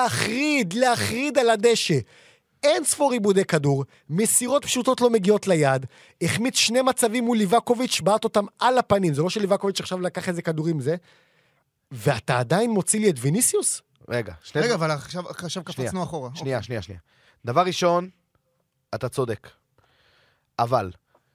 להחריד על הדשא. אין ספור עיבודי כדור, מסירות פשוטות לא מגיעות ליד, החמיץ 2 מצבים מול ליבקוביץ', בעט אותם על הפנים, זה לא שליבקוביץ' עכשיו לקח איזה כדורים זה, ואתה עדיין מוציא לי את ויניסיוס? רגע, אבל עכשיו קפצנו אחורה. שנייה. דבר ראשון, אתה צודק, אבל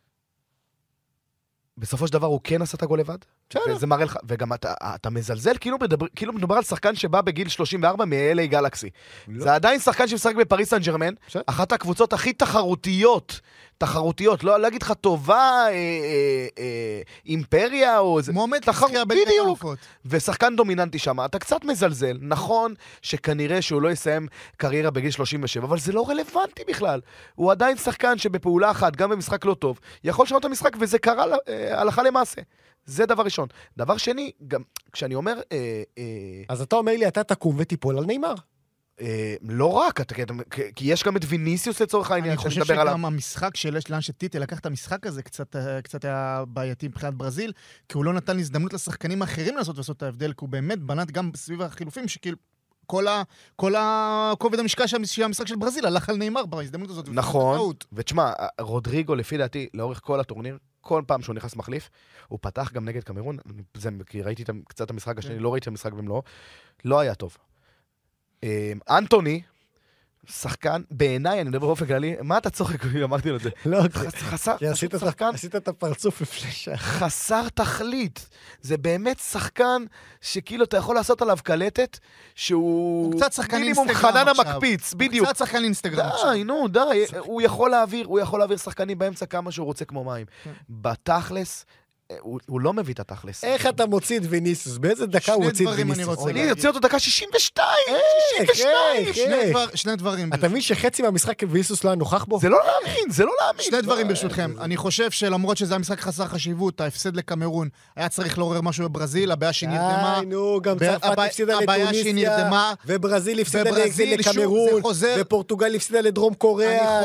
בסופו של דבר הוא כן עשה את הגול לבד? וזה מראה לך, וגם אתה מזלזל, כאילו מדובר על שחקן שבא בגיל 34 מ-LA גלקסי. זה עדיין שחקן שמשחק בפריס סן ז'רמן, אחת הקבוצות הכי תחרותיות, לא להגיד לך טובה, אימפריה, או זה... מועמד לשחייה בליגת האלופות. ושחקן דומיננטי שם, אתה קצת מזלזל. נכון שכנראה שהוא לא יסיים קריירה בגיל 37, אבל זה לא רלוונטי בכלל. הוא עדיין שחקן שבפעולה אחת, גם במשחק לא טוב, יכול לשנות את המשחק, וזה קרה הלכה למעשה. זה דבר ראשון. דבר שני, גם כשאני אומר... אז אתה אומר לי, אתה תקום ותיפול על ניימר. לא רק, כי יש גם את ויניסיוס לצורך העניין. אני חושב שגם המשחק של לאן שטיטי לקח את המשחק הזה קצת היה בעייתי מבחינת ברזיל, כי הוא לא נתן הזדמנות לשחקנים האחרים לעשות את ההבדל, כי הוא באמת בנת גם סביב החילופים, שכאילו כל הכובד המשקל של המשחק של ברזיל הלך על ניימר בהזדמנות הזאת. נכון, ותשמע, רודריגו לפי דעתי, לאורך כל הטורניר, כל פעם שהוא נכנס מחליף, הוא פתח גם נגד קמרון, כי ראיתי קצת את המשחק השני, לא ראיתי את המשחק במלואו, לא היה טוב. אנטוני, שחקן, בעיניי, אני מדבר באופן כללי, מה אתה צוחק? אמרתי לו את זה. לא, עשית את הפרצוף לפלשה. חסר תכלית. זה באמת שחקן שכאילו אתה יכול לעשות עליו קלטת, שהוא קצת שחקן מינימום חנן המקפיץ, בדיוק. קצת שחקן אינסטגרם. די, הוא יכול להעביר שחקנים באמצע כמה שהוא רוצה כמו מים. בתכלס, הוא לא מביא את התכלס. איך אתה מוציא את ויניסיוס? באיזה דקה הוא הוציא את ויניסיוס? אני אוציא אותו דקה 62! 62! שני דברים. אתה מבין שחצי מהמשחק ויניסיוס לא היה נוכח בו? זה לא להאמין, זה לא להאמין. שני דברים ברשותכם. אני חושב שלמרות שזה היה משחק חסר חשיבות, ההפסד לקמרון, היה צריך לעורר משהו בברזיל, הבעיה שהיא נרדמה. נו, גם צרפת הפסידה לטוניסיה, וברזיל הפסידה לקמרון, ופורטוגל הפסידה לדרום קוריאה.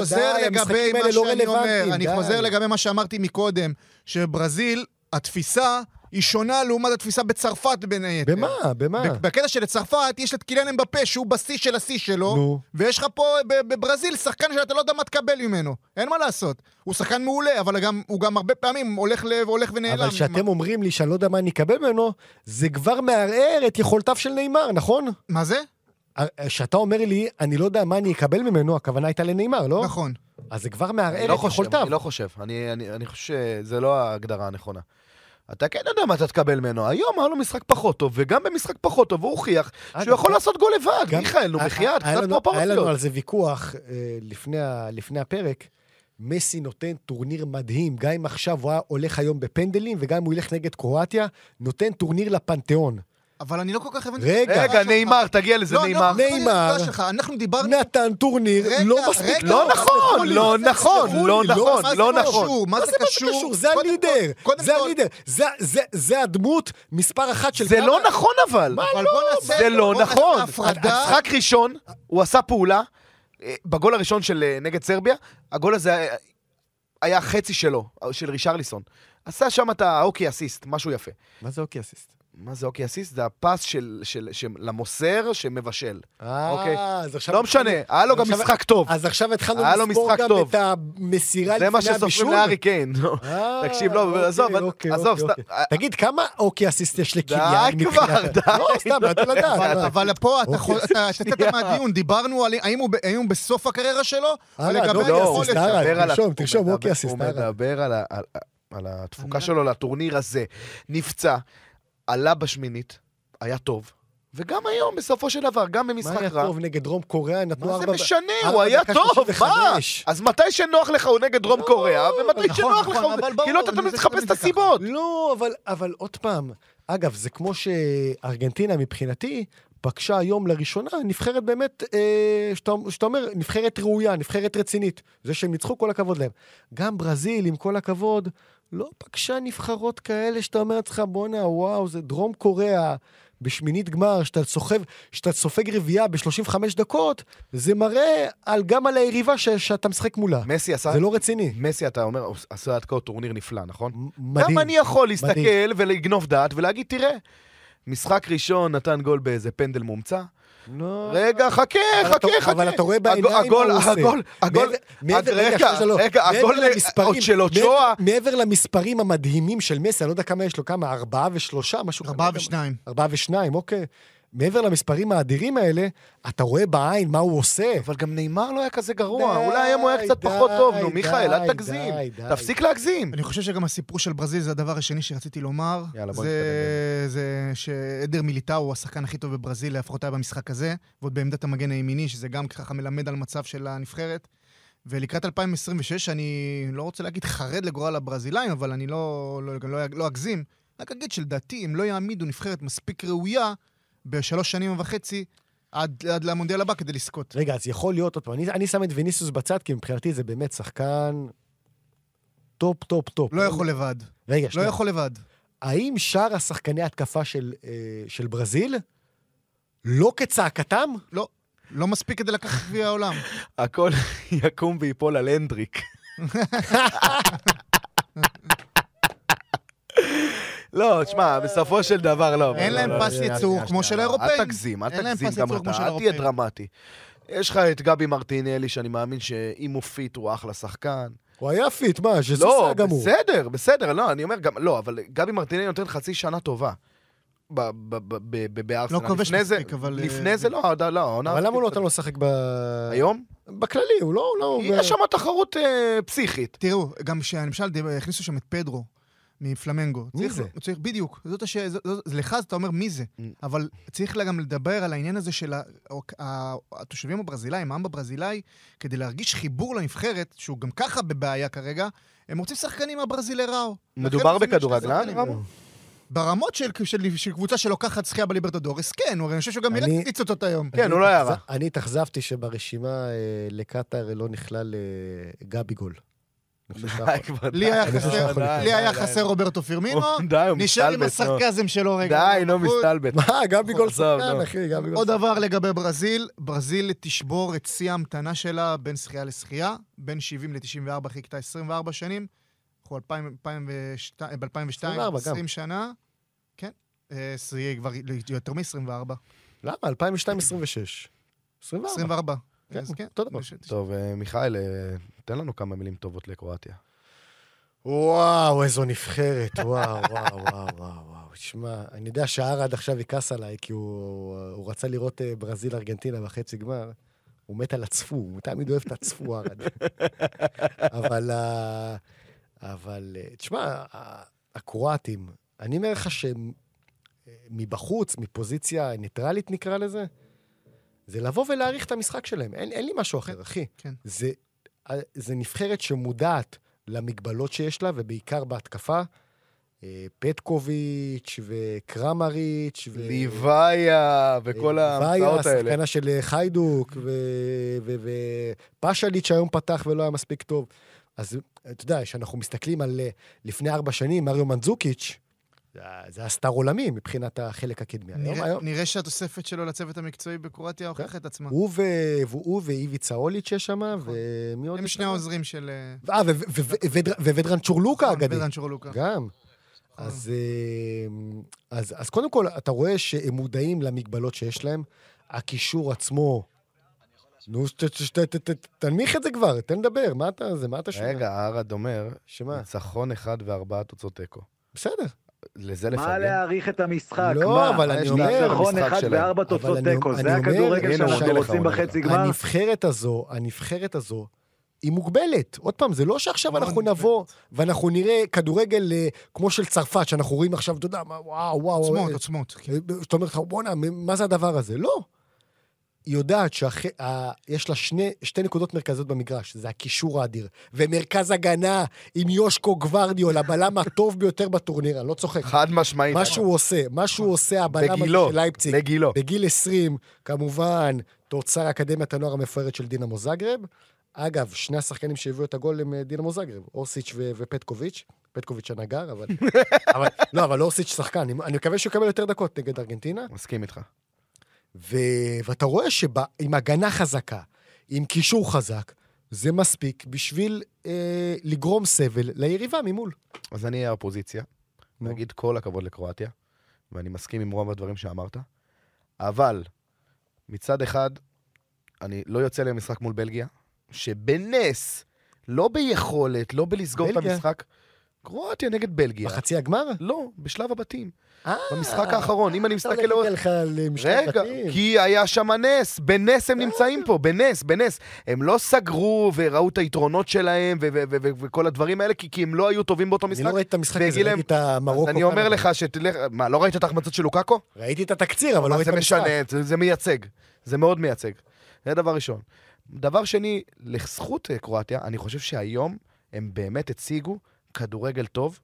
אני חוזר לגבי מה שאמרתי מקודם, שברזיל, התפיסה היא שונה לעומת התפיסה בצרפת בין היתר. במה? בקטע של צרפת יש את קיליאן אמבפה שהוא בשיא של השיא שלו, ויש לך פה בברזיל שחקן שאתה לא יודע מה תקבל ממנו. אין מה לעשות. הוא שחקן מעולה, אבל הוא גם הרבה פעמים הולך ונעלם. אבל שאתם אומרים לי שאני לא יודע מה אני אקבל ממנו, זה כבר מערער את יכולתיו של ניימר, נכון? מה זה? שאתה אומר לי, אני לא יודע מה אני אקבל ממנו, הכוונה הייתה לניימר, לא? נכון. אז זה כבר מערער את יכולתיו. אני לא חושב. אני חושב שזה לא ההגדרה הנכונה. אתה כן יודע מה אתה תקבל ממנו. היום היה לו משחק פחות טוב, וגם במשחק פחות טוב, הוא הוכיח שהוא יכול לעשות גול לבד. מיכאל, נו בחייאת, קצת פרופורציות. היה לנו על זה ויכוח לפני הפרק. מסי נותן טורניר מדהים, גם אם עכשיו הוא הולך היום בפנדלים, וגם אם הוא ילך נגד קרואטיה, נותן טורניר לפנתיאון. אבל אני לא כל כך הבנתי. רגע, ניימר, תגיע לזה, ניימר. ניימר נתן טורניר לא מספיק. לא נכון. מה זה קשור? זה הלידר. זה הדמות מספר אחת של... זה לא נכון אבל. זה לא נכון. משחק ראשון, הוא עשה פעולה, בגול הראשון של נגד סרביה, הגול הזה היה חצי שלו, של רישרליסון. עשה שם את האוקי אסיסט, משהו יפה. מה זה אוקי אסיסט? מה זה אוקי אסיסט? זה הפס למוסר שמבשל. לא משנה, היה לו גם משחק טוב. אז עכשיו התחלנו לספור גם את המסירה לפני הבישול. זה מה שסופרים לארי קיין. תקשיב, לא, עזוב. תגיד, כמה אוקי אסיסט יש לקיליאן? די כבר, די. לא, סתם, אתה לדעת. אבל פה, אתה שתת מהדיון, דיברנו על האם הוא בסוף הקריירה שלו, או לגבי היכולת. תרשום, אוקי אסיסט. הוא מדבר על התפוקה שלו לטורניר הזה. נפצע. עלה בשמינית, היה טוב, וגם היום, בסופו של דבר, גם במשחק רע. מה היה טוב נגד דרום קוריאה? מה זה משנה? הוא היה טוב, מה? אז מתי שנוח לך הוא נגד דרום קוריאה, ומתי שנוח לך הוא... כאילו אתה תמיד תחפש את הסיבות. לא, אבל עוד פעם, אגב, זה כמו שארגנטינה מבחינתי, פגשה היום לראשונה, נבחרת באמת, שאתה אומר, נבחרת ראויה, נבחרת רצינית. זה שהם ניצחו, כל הכבוד להם. גם ברזיל, עם כל הכבוד, לא פגשה נבחרות כאלה שאתה אומר לך, בונה, וואו, זה דרום קוריאה, בשמינית גמר, שאתה סופג רביעה ב-35 דקות, זה מראה גם על היריבה שאתה משחק מולה. זה לא רציני. מסי, אתה אומר, עשה עד כה טורניר נפלא, נכון? מדהים. גם אני יכול להסתכל ולגנוב דעת ולהגיד, תראה, משחק ראשון נתן גול באיזה פנדל מומצא, רגע, חכה. אבל אתה רואה בעיניים מה הוא עושה. הגול של אוצ'ואה. מעבר למספרים המדהימים של מסי, אני לא יודע כמה יש לו, כמה? 4 ו3, משהו כזה. 4 ו2. 4 ו2, אוקיי. מעבר למספרים האדירים האלה, אתה רואה בעין מה הוא עושה. אבל גם ניימר לא היה כזה גרוע. אולי היום הוא היה קצת פחות טוב. נו, מיכאל, אל תגזים. תפסיק להגזים. אני חושב שגם הסיפור של ברזיל זה הדבר השני שרציתי לומר. זה שעדר מיליטאו הוא השחקן הכי טוב בברזיל, לפחות היה במשחק הזה, ועוד בעמדת המגן הימיני, שזה גם ככה מלמד על מצב של הנבחרת. ולקראת 2026, אני לא רוצה להגיד חרד לגורל הברזילאים, אבל אני לא אגזים. רק אגיד שלדעתי, אם לא יעמידו נבחרת מספיק ראויה, ב3.5 שנים עד למונדיאל הבא כדי לזכות. רגע, אז יכול להיות עוד פעם, אני שם את ויניסיוס בצד, כי מבחינתי זה באמת שחקן טופ. לא יכול לבד. רגע, לא יכול לבד. האם שאר השחקני התקפה של ברזיל לא כצעקתם? לא מספיק כדי לקחת גביע העולם. הכל יקום ויפול על הנדריק. לא, תשמע, בסופו של דבר לא. אין להם פס ייצור כמו של האירופאים. אל תגזים גם אתה, אל תהיה דרמטי. יש לך את גבי מרטינלי, שאני מאמין שאם הוא פיט הוא אחלה שחקן. הוא היה פיט, מה? שזוסה גמור. בסדר, לא, אני אומר גם, לא, אבל גבי מרטינלי נותן חצי שנה טובה. בארסנל. לא כובש מספיק, אבל... לפני זה לא. אבל למה הוא לא נותן לו לשחק היום? בכללי, הוא לא... יש שם תחרות פסיכית. תראו, גם שלמשל הכניסו שם את פדרו. מפלמנגו. מי זה? בדיוק. לך אתה אומר מי זה. אבל צריך גם לדבר על העניין הזה של התושבים הברזילאים, העם הברזילאי, כדי להרגיש חיבור לנבחרת, שהוא גם ככה בבעיה כרגע, הם רוצים שחקנים הברזילראו. מדובר בכדורגלן, רמו? ברמות של קבוצה שלוקחת זכייה בליברטדורס, כן, אני חושב שהוא גם יראה קציץ אותו היום. כן, הוא לא היה רע. אני התאכזבתי שברשימה לקטר לא נכלל גביגול. לי היה חסר רוברטו פירמינו, נשאר עם הסרקזם שלו רגע. די, לא מסתלבט. מה, גביגול שחקן, אחי, גביגול. עוד דבר לגבי ברזיל, ברזיל תשבור את שיא המתנה שלה בין שחייה לשחייה, בין 70 ל-94 חיכתה 24 שנים, אנחנו ב-2002, 20 שנה, כן, זה יהיה כבר יותר מ-24. למה? 2002, 26. 24. טוב, מיכאל, תן לנו כמה מילים טובות לקרואטיה. וואו, איזו נבחרת, וואו. תשמע, אני יודע שהארד עכשיו יקס עליי, כי הוא רצה לראות ברזיל ארגנטינה בחצי גמר. הוא מת על הצפו, הוא תמיד אוהב את הצפו, הארד. אבל, תשמע, הקרואטים, אני אומר לך שמבחוץ, מפוזיציה ניטרלית נקרא לזה, זה לבוא ולהעריך את המשחק שלהם. אין לי משהו אחר, אחי. כן. זה נבחרת שמודעת למגבלות שיש לה, ובעיקר בהתקפה. פטקוביץ' וקרמריץ' ליוויה וכל ההמצאות האלה. שחקנה של חיידוק, ופשליץ' היום פתח ולא היה מספיק טוב. אז אתה יודע, שאנחנו מסתכלים על לפני 4 שנים, מריו מנזוקיץ', זה הסטאר עולמי מבחינת החלק הקדמי. נראה שהתוספת שלו לצוות המקצועי בקרואטיה הוכיח את עצמה. הוא ואיבי צאוליץ' יש שם, ומי עוד? הם שני העוזרים של... וודרן צ'ורלוקה אגדי. וודרן צ'ורלוקה. גם. אז קודם כל, אתה רואה שהם מודעים למגבלות שיש להם. הקישור עצמו... נו, תנמיך את זה כבר, תן לדבר. מה אתה שומע? רגע, הארד אומר, ניצחון 1 ו4 תוצאות תיקו. בסדר. לזה לפעמים. מה להעריך את המשחק? לא, אבל אני אומר... ניצחון 1 ו4 תוצאות תיקו, זה הכדורגל שאנחנו רוצים בחצי גמר? הנבחרת הזו, היא מוגבלת. עוד פעם, זה לא שעכשיו אנחנו נבוא, ואנחנו נראה כדורגל כמו של צרפת, שאנחנו רואים עכשיו, אתה יודע, וואו. עוצמות. זאת אומרת לך, בוא'נה, מה זה הדבר הזה? לא. היא יודעת שיש לה 2 נקודות מרכזיות במגרש, זה הקישור האדיר, ומרכז הגנה עם יושקו גוורדיול, הבלם הטוב ביותר בטורניר, אני לא צוחק. חד משמעית. מה שהוא עושה, הבלם של לייפציג, בגיל 20, כמובן, תוצר אקדמיית הנוער המפוארת של דינמו זאגרב. אגב, 2 השחקנים שהביאו את הגול הם דינמו זאגרב, אורסיץ' ופטקוביץ'. פטקוביץ' הנגר, אבל אורסיץ' שחקן. אני מקווה שהוא יקבל יותר דקות נגד ארגנטינה. מסכים איתך. ואתה רואה שעם הגנה חזקה, עם קישור חזק, זה מספיק בשביל לגרום סבל ליריבה ממול. אז אני אהיה האופוזיציה, נגיד כל הכבוד לקרואטיה, ואני מסכים עם רוב הדברים שאמרת, אבל מצד אחד, אני לא יוצא למשחק מול בלגיה, שבנס, לא ביכולת, לא בלסגור את המשחק, קרואטיה נגד בלגיה. בחצי הגמר? לא, בשלב הבתים. במשחק האחרון, אם אני מסתכל... רגע, כי היה שם נס, בנס הם נמצאים פה, בנס. הם לא סגרו וראו את היתרונות שלהם וכל הדברים האלה, כי הם לא היו טובים באותו משחק. אני לא ראיתי את המשחק הזה, ראיתי את המרוקו. אז אני אומר לך שתלך... מה, לא ראית את ההחמצות של לוקאקו? ראיתי את התקציר, אבל לא ראיתי את המשחק. זה משנה, זה מייצג. זה מאוד מייצג. זה דבר ראשון. דבר שני, לזכות קרואטיה, אני חושב שהיום הם באמת הציגו כדורגל טוב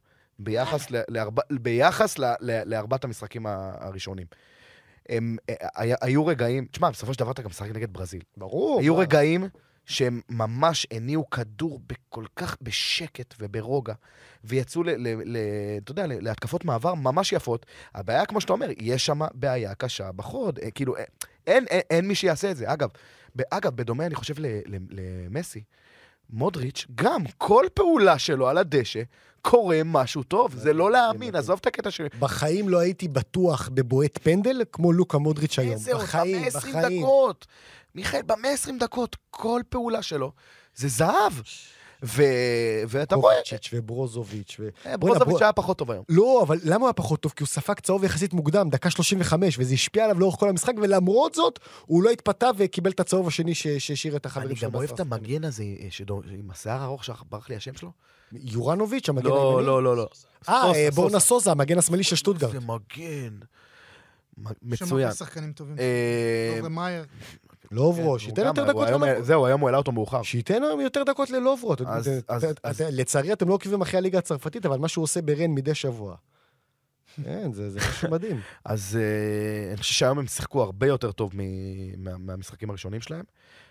ביחס לארבעת המשחקים הראשונים. היו רגעים, תשמע, בסופו של דבר אתה גם משחק נגד ברזיל. ברור. היו רגעים שהם ממש הניעו כדור בכל כך בשקט וברוגע, ויצאו אתה יודע, להתקפות מעבר ממש יפות. הבעיה, כמו שאתה אומר, יש שם בעיה קשה בחוד, כאילו, אין מי שיעשה את זה. אגב, בדומה אני חושב למסי, מודריץ', גם כל פעולה שלו על הדשא, קורה משהו טוב, זה לא להאמין, עזוב את הקטע שלי. בחיים לא הייתי בטוח בבועט פנדל, כמו לוקה מודריץ' היום. איזה עוד, ב-120 דקות. מיכאל, ב-120 דקות, כל פעולה שלו, זה זהב. ואתה רואה... קובצ'יץ' וברוזוביץ'. ברוזוביץ' היה פחות טוב היום. לא, אבל למה הוא היה פחות טוב? כי הוא ספק צהוב יחסית מוקדם, דקה 35, וזה השפיע עליו לאורך כל המשחק, ולמרות זאת, הוא לא התפתה וקיבל את הצהוב השני שהשאיר את החברים שלו. אני גם אוהב את המגן הזה, עם השיער ארוך שברח לי השם שלו. יורנוביץ', המגן הימני? לא. בורנה סוזה, המגן השמאלי של שטוטגרט. זה מגן. מצוין. שמות שחקנים טובים. מאייר. לוברו, שייתן יותר דקות ללוברו. זהו, היום הוא העלה אותו מאוחר. שייתן יותר דקות ללוברו. לצערי, אתם לא עוקבים אחרי הליגה הצרפתית, אבל מה שהוא עושה ברן מדי שבוע. כן, זה משהו מדהים. אז אני חושב שהיום הם שיחקו הרבה יותר טוב מהמשחקים הראשונים שלהם.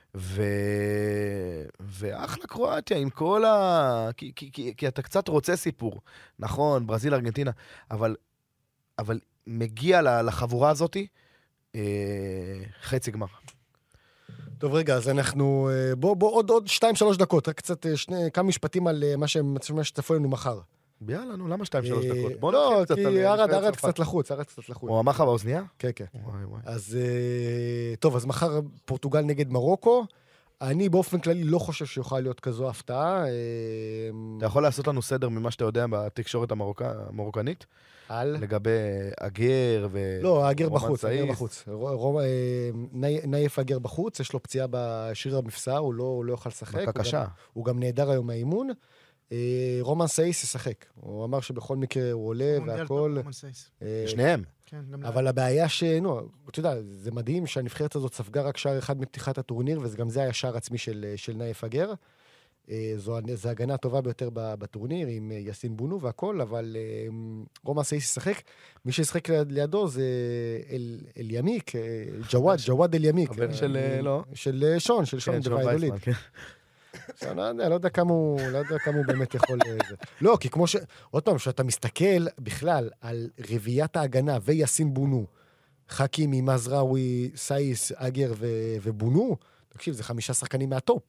ואחלה קרואטיה עם כל כי אתה קצת רוצה סיפור. נכון, ברזיל, ארגנטינה, אבל מגיע לחבורה הזאת חצי גמר. טוב, רגע, אז אנחנו... בוא עוד 2-3 דקות, רק קצת כמה משפטים על מה שצפו לנו מחר. יאללה, נו, למה 2-3 דקות? לא, כי ארד קצת לחוץ, הוא אמר לך באוזניה? כן. אז טוב, אז מחר פורטוגל נגד מרוקו. אני באופן כללי לא חושב שיוכל להיות כזו הפתעה. אתה יכול לעשות לנו סדר ממה שאתה יודע בתקשורת המרוקנית? לגבי אגר לא, אגר בחוץ. נייף אגר בחוץ, יש לו פציעה בשריר המפסע, הוא לא יוכל לשחק. מכה קשה. הוא גם נהדר היום מהאימון. רומן סאיס ישחק. הוא אמר שבכל מקרה הוא עולה והכל. שניהם. אבל הבעיה אתה יודע, זה מדהים שהנבחרת הזאת ספגה רק שער אחד מפתיחת הטורניר, וגם זה היה שער עצמי של נייף אגר. זו הגנה הטובה ביותר בטורניר, עם יסין בונו והכל, אבל רומן סאיס ישחק. מי שישחק לידו זה אל ימיק, ג'וואד אל ימיק. הבן של שון דוויידוליד. לא יודע כמה הוא באמת יכול... לא, כי כמו עוד פעם, שאתה מסתכל בכלל על רביעיית ההגנה ויסין בונו, חכימי, מזראוי, סאיס, אגר ובונו, תקשיב, זה 5 שחקנים מהטופ.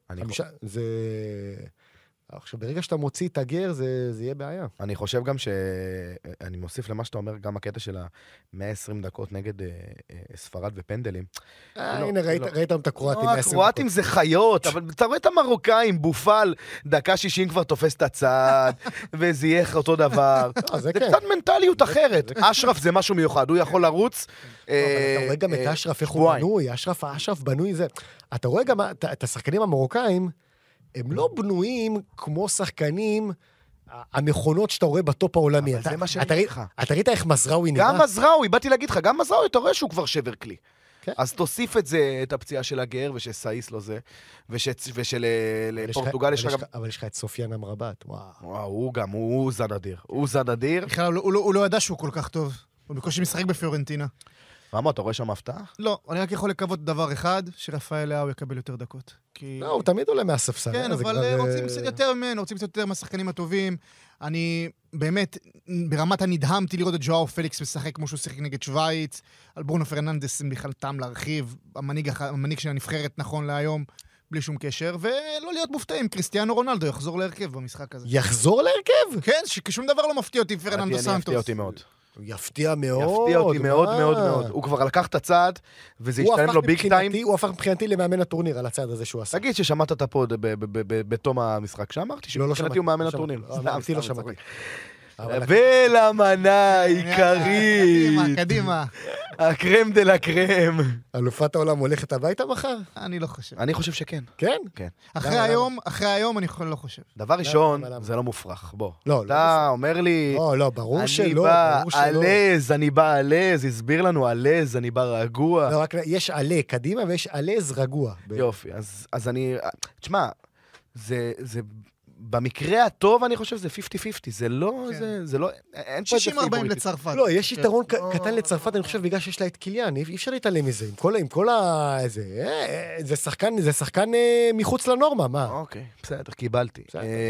עכשיו, ברגע שאתה מוציא את הגר, זה יהיה בעיה. אני חושב גם אני מוסיף למה שאתה אומר, גם הקטע של 120 דקות נגד ספרד ופנדלים. הנה, ראית את הקרואטים. הקרואטים זה חיות, אבל אתה רואה את המרוקאים, בופל, דקה 60 כבר תופס את הצד, וזה יהיה אותו דבר. זה קצת מנטליות אחרת. אשרף זה משהו מיוחד, הוא יכול לרוץ. אתה רואה גם את אשרף, איך הוא בנוי, אשרף בנוי זה. אתה רואה גם את השחקנים המרוקאים, הם לא בנויים כמו שחקנים המכונות שאתה רואה בטופ העולמי. אבל זה מה שאני לך. אתה ראית איך מזראוי נראה? גם מזראוי, באתי להגיד לך, גם מזראוי, אתה רואה שהוא כבר שבר כלי. אז תוסיף את זה, את הפציעה של הגר, ושל סאיס לו זה, ושל פורטוגל יש לך גם... אבל יש לך את סופיאן אמרבת, וואו, הוא זן אדיר. הוא זן אדיר. בכלל, הוא לא ידע שהוא כל כך טוב. הוא בקושי משחק בפיורנטינה. מה, אתה רואה שם הפתעה? לא, אני רק יכול לקוות דבר אחד, שרפאל לאו יקבל יותר דקות. לא, הוא תמיד עולה מהספסל. כן, אבל רוצים קצת יותר ממנו, רוצים קצת יותר מהשחקנים הטובים. אני באמת, ברמת הנדהמתי לראות את ג'ואו פליקס משחק כמו שהוא שיחק נגד שוויץ, על ברונו פרננדס בכלל טעם להרחיב, המנהיג של הנבחרת נכון להיום, בלי שום קשר, ולא להיות מופתעים, קריסטיאנו רונלדו יחזור להרכב במשחק הזה. יחזור להרכב? כן, ששום דבר לא מפתיע אותי פרננדו סנטוס. יפתיע אותי מאוד. הוא יפתיע מאוד. יפתיע אותי מאוד מאוד מאוד. הוא כבר לקח את הצעד, וזה ישתלם לו ביג טיים. הוא הפך מבחינתי למאמן הטורניר על הצעד הזה שהוא עשה. תגיד ששמעת את הפוד בתום המשחק, שאמרתי שמבחינתי הוא מאמן הטורניר. לא שמעתי. ולמנה העיקרית. קדימה. הקרם דה לקרם. אלופת העולם הולכת הביתה מחר? אני לא חושב. אני חושב שכן. כן? כן. אחרי היום אני לא חושב. דבר ראשון, זה לא מופרך. בוא. לא. אתה אומר לי... לא, ברור שלא. אני בא עלז, הסביר לנו עלז, אני בא רגוע. לא, רק יש עלה קדימה ויש עלז רגוע. יופי, אז אני... תשמע, זה... במקרה הטוב, אני חושב, זה 50-50. זה לא, זה לא, אין פה איזה 60-40 לצרפת. לא, יש יתרון קטן לצרפת, אני חושב, בגלל שיש לה את קיליאן. אי אפשר להתעלם מזה. עם כל זה שחקן מחוץ לנורמה, מה? אוקיי, בסדר, קיבלתי.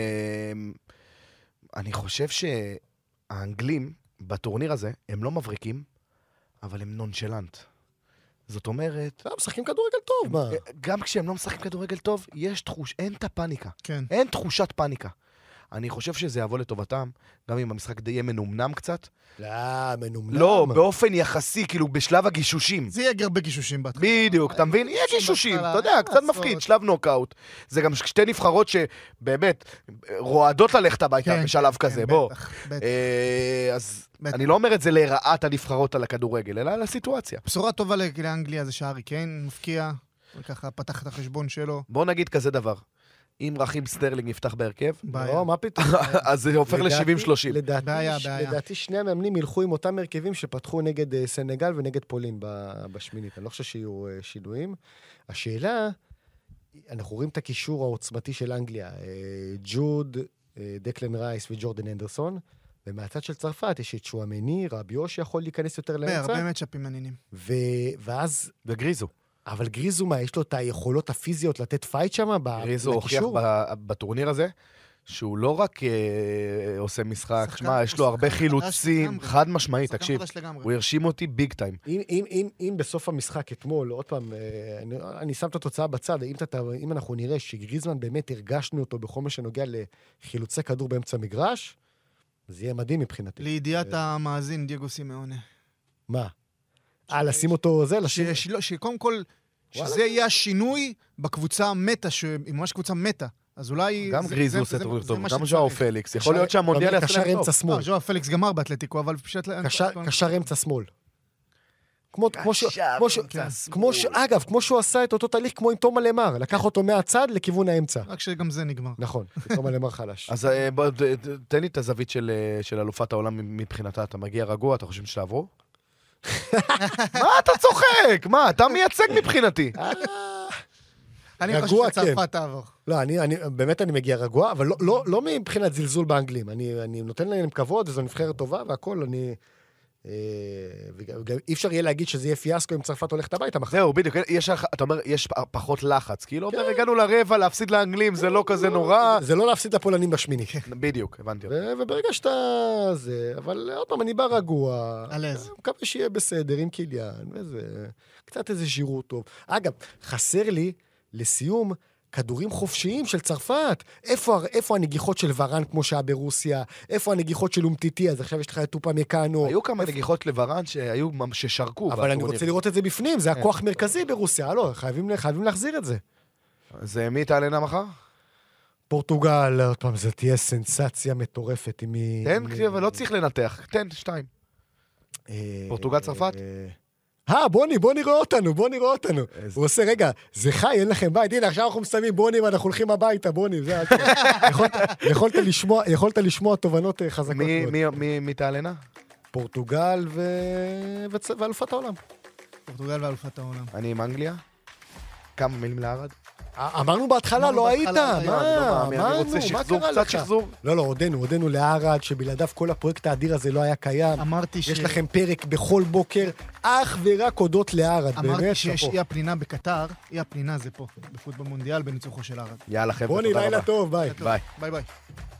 אני חושב שהאנגלים, בטורניר הזה, הם לא מבריקים, אבל הם נונשלנט. זאת אומרת... משחקים כדורגל טוב, מה? גם כשהם לא משחקים כדורגל טוב, אין את הפאניקה. כן. אין תחושת פאניקה. אני חושב שזה יבוא לטובתם, גם אם המשחק יהיה מנומנם קצת. לא, מנומנם. לא, באופן יחסי, כאילו בשלב הגישושים. זה יהיה הרבה גישושים בהתחלה. בדיוק, אתה מבין? יהיה גישושים, אתה יודע, קצת מפחיד, שלב נוקאוט. זה גם שתי נבחרות שבאמת רועדות ללכת הביתה בשלב כזה, בוא. אז אני לא אומר את זה להיראת הנבחרות על הכדורגל, אלא על הסיטואציה. בשורה טובה לאנגליה זה שהארי קיין מפקיע, וככה פתח את החשבון שלו. בוא נגיד כזה דבר. אם רכים סטרלינג יפתח בהרכב, לא, מה פתאום? אז זה הופך ל-70-30. לדעתי שני המאמנים ילכו עם אותם הרכבים שפתחו נגד סנגל ונגד פולין בשמינית. אני לא חושב שיהיו שינויים. השאלה, אנחנו רואים את הקישור העוצמתי של אנגליה, ג'וד, דקלן רייס וג'ורדן אנדרסון, ומהצד של צרפת יש את שואמני, רביו שיכול להיכנס יותר לאמצע. באמת שפים מעניינים. ואז... וגריזו. אבל גריזו, מה, יש לו את היכולות הפיזיות לתת פייט שם? גריזו הוכיח בטורניר הזה, שהוא לא רק עושה משחק, שמה, יש לו הרבה חילוצים, חד משמעית, תקשיב, הוא הרשים אותי ביג טיים. אם בסוף המשחק אתמול, עוד פעם, אני שם את התוצאה בצד, אם אנחנו נראה שגריזמן באמת הרגשנו אותו בכל מה שנוגע לחילוצי כדור באמצע מגרש, זה יהיה מדהים מבחינתי. לידיעת המאזין, דייגו סימאונה. מה? לשים אותו זה? שקודם כל, שזה יהיה השינוי בקבוצה המטה, שהיא ממש קבוצה מטה. אז אולי... גם גריזו עושה טוב, גם ז'ואו פליקס. יכול להיות שהמונדיאל יעשה קשר אמצע שמאל. ז'ואו פליקס גמר באתלטיקו, אבל פשוט... קשר אמצע שמאל. אגב, כמו שהוא עשה את אותו תהליך כמו עם תומה למר, לקח אותו מהצד לכיוון האמצע. רק שגם זה נגמר. נכון, תומה למר חלש. אז תן לי את הזווית של אלופת העולם מבחינתה. אתה מגיע רגוע, אתה חושב שתעברו? מה אתה צוחק? מה, אתה מייצג מבחינתי. אני חושב שצרפת תעבור. לא, באמת אני מגיע רגוע, אבל לא מבחינת זלזול באנגלים. אני נותן להם כבוד, וזו נבחרת טובה, והכל, אי אפשר יהיה להגיד שזה יהיה פיאסקו אם צרפת הולכת הביתה מחר. זהו, בדיוק, אתה אומר, יש פחות לחץ, כאילו, הגענו לרבע, להפסיד לאנגלים, זה לא כזה נורא. זה לא להפסיד לפולנים בשמיני. בדיוק, הבנתי. וברגע שאתה זה, אבל עוד פעם, אני בא רגוע. עלז. מקווה שיהיה בסדר עם קיליאן, וזה קצת איזה שירות טוב. אגב, חסר לי, לסיום, כדורים חופשיים של צרפת. איפה הנגיחות של ורן כמו שהיה ברוסיה? איפה הנגיחות של אומטיטי? אז עכשיו יש לך את אופה מקאנו. היו כמה נגיחות לוורן ששרקו. אבל אני רוצה לראות את זה בפנים, זה הכוח מרכזי ברוסיה. לא, חייבים להחזיר את זה. אז מי תעלנה מחר? פורטוגל, עוד פעם, זה תהיה סנסציה מטורפת. תן, אבל לא צריך לנתח. תן, 2. פורטוגל צרפת? בוא נראה אותנו. הוא עושה, רגע, זה חי, אין לכם בית. הנה, עכשיו אנחנו מסיימים, בוני, ואנחנו הולכים הביתה, בוני. יכולת לשמוע תובנות חזקות. מי תעלנה? פורטוגל ואלופת העולם. פורטוגל ואלופת העולם. אני עם אנגליה. כמה מילים לארד? אמרנו בהתחלה, לא היית. אני רוצה שחזור, קצת שחזור. לא, הודנו לארד, שבלעדיו כל הפרויקט האדיר הזה לא היה קיים. אמרתי יש לכם פרק בכל בוקר, אך ורק הודות לארד. אמרתי שיש אי הפלינה בקטר, אי הפלינה זה פה, בפוטבול מונדיאל, בניצוחו של ארד. יאללה חבר'ה, בוני, לילה טוב, ביי. ביי.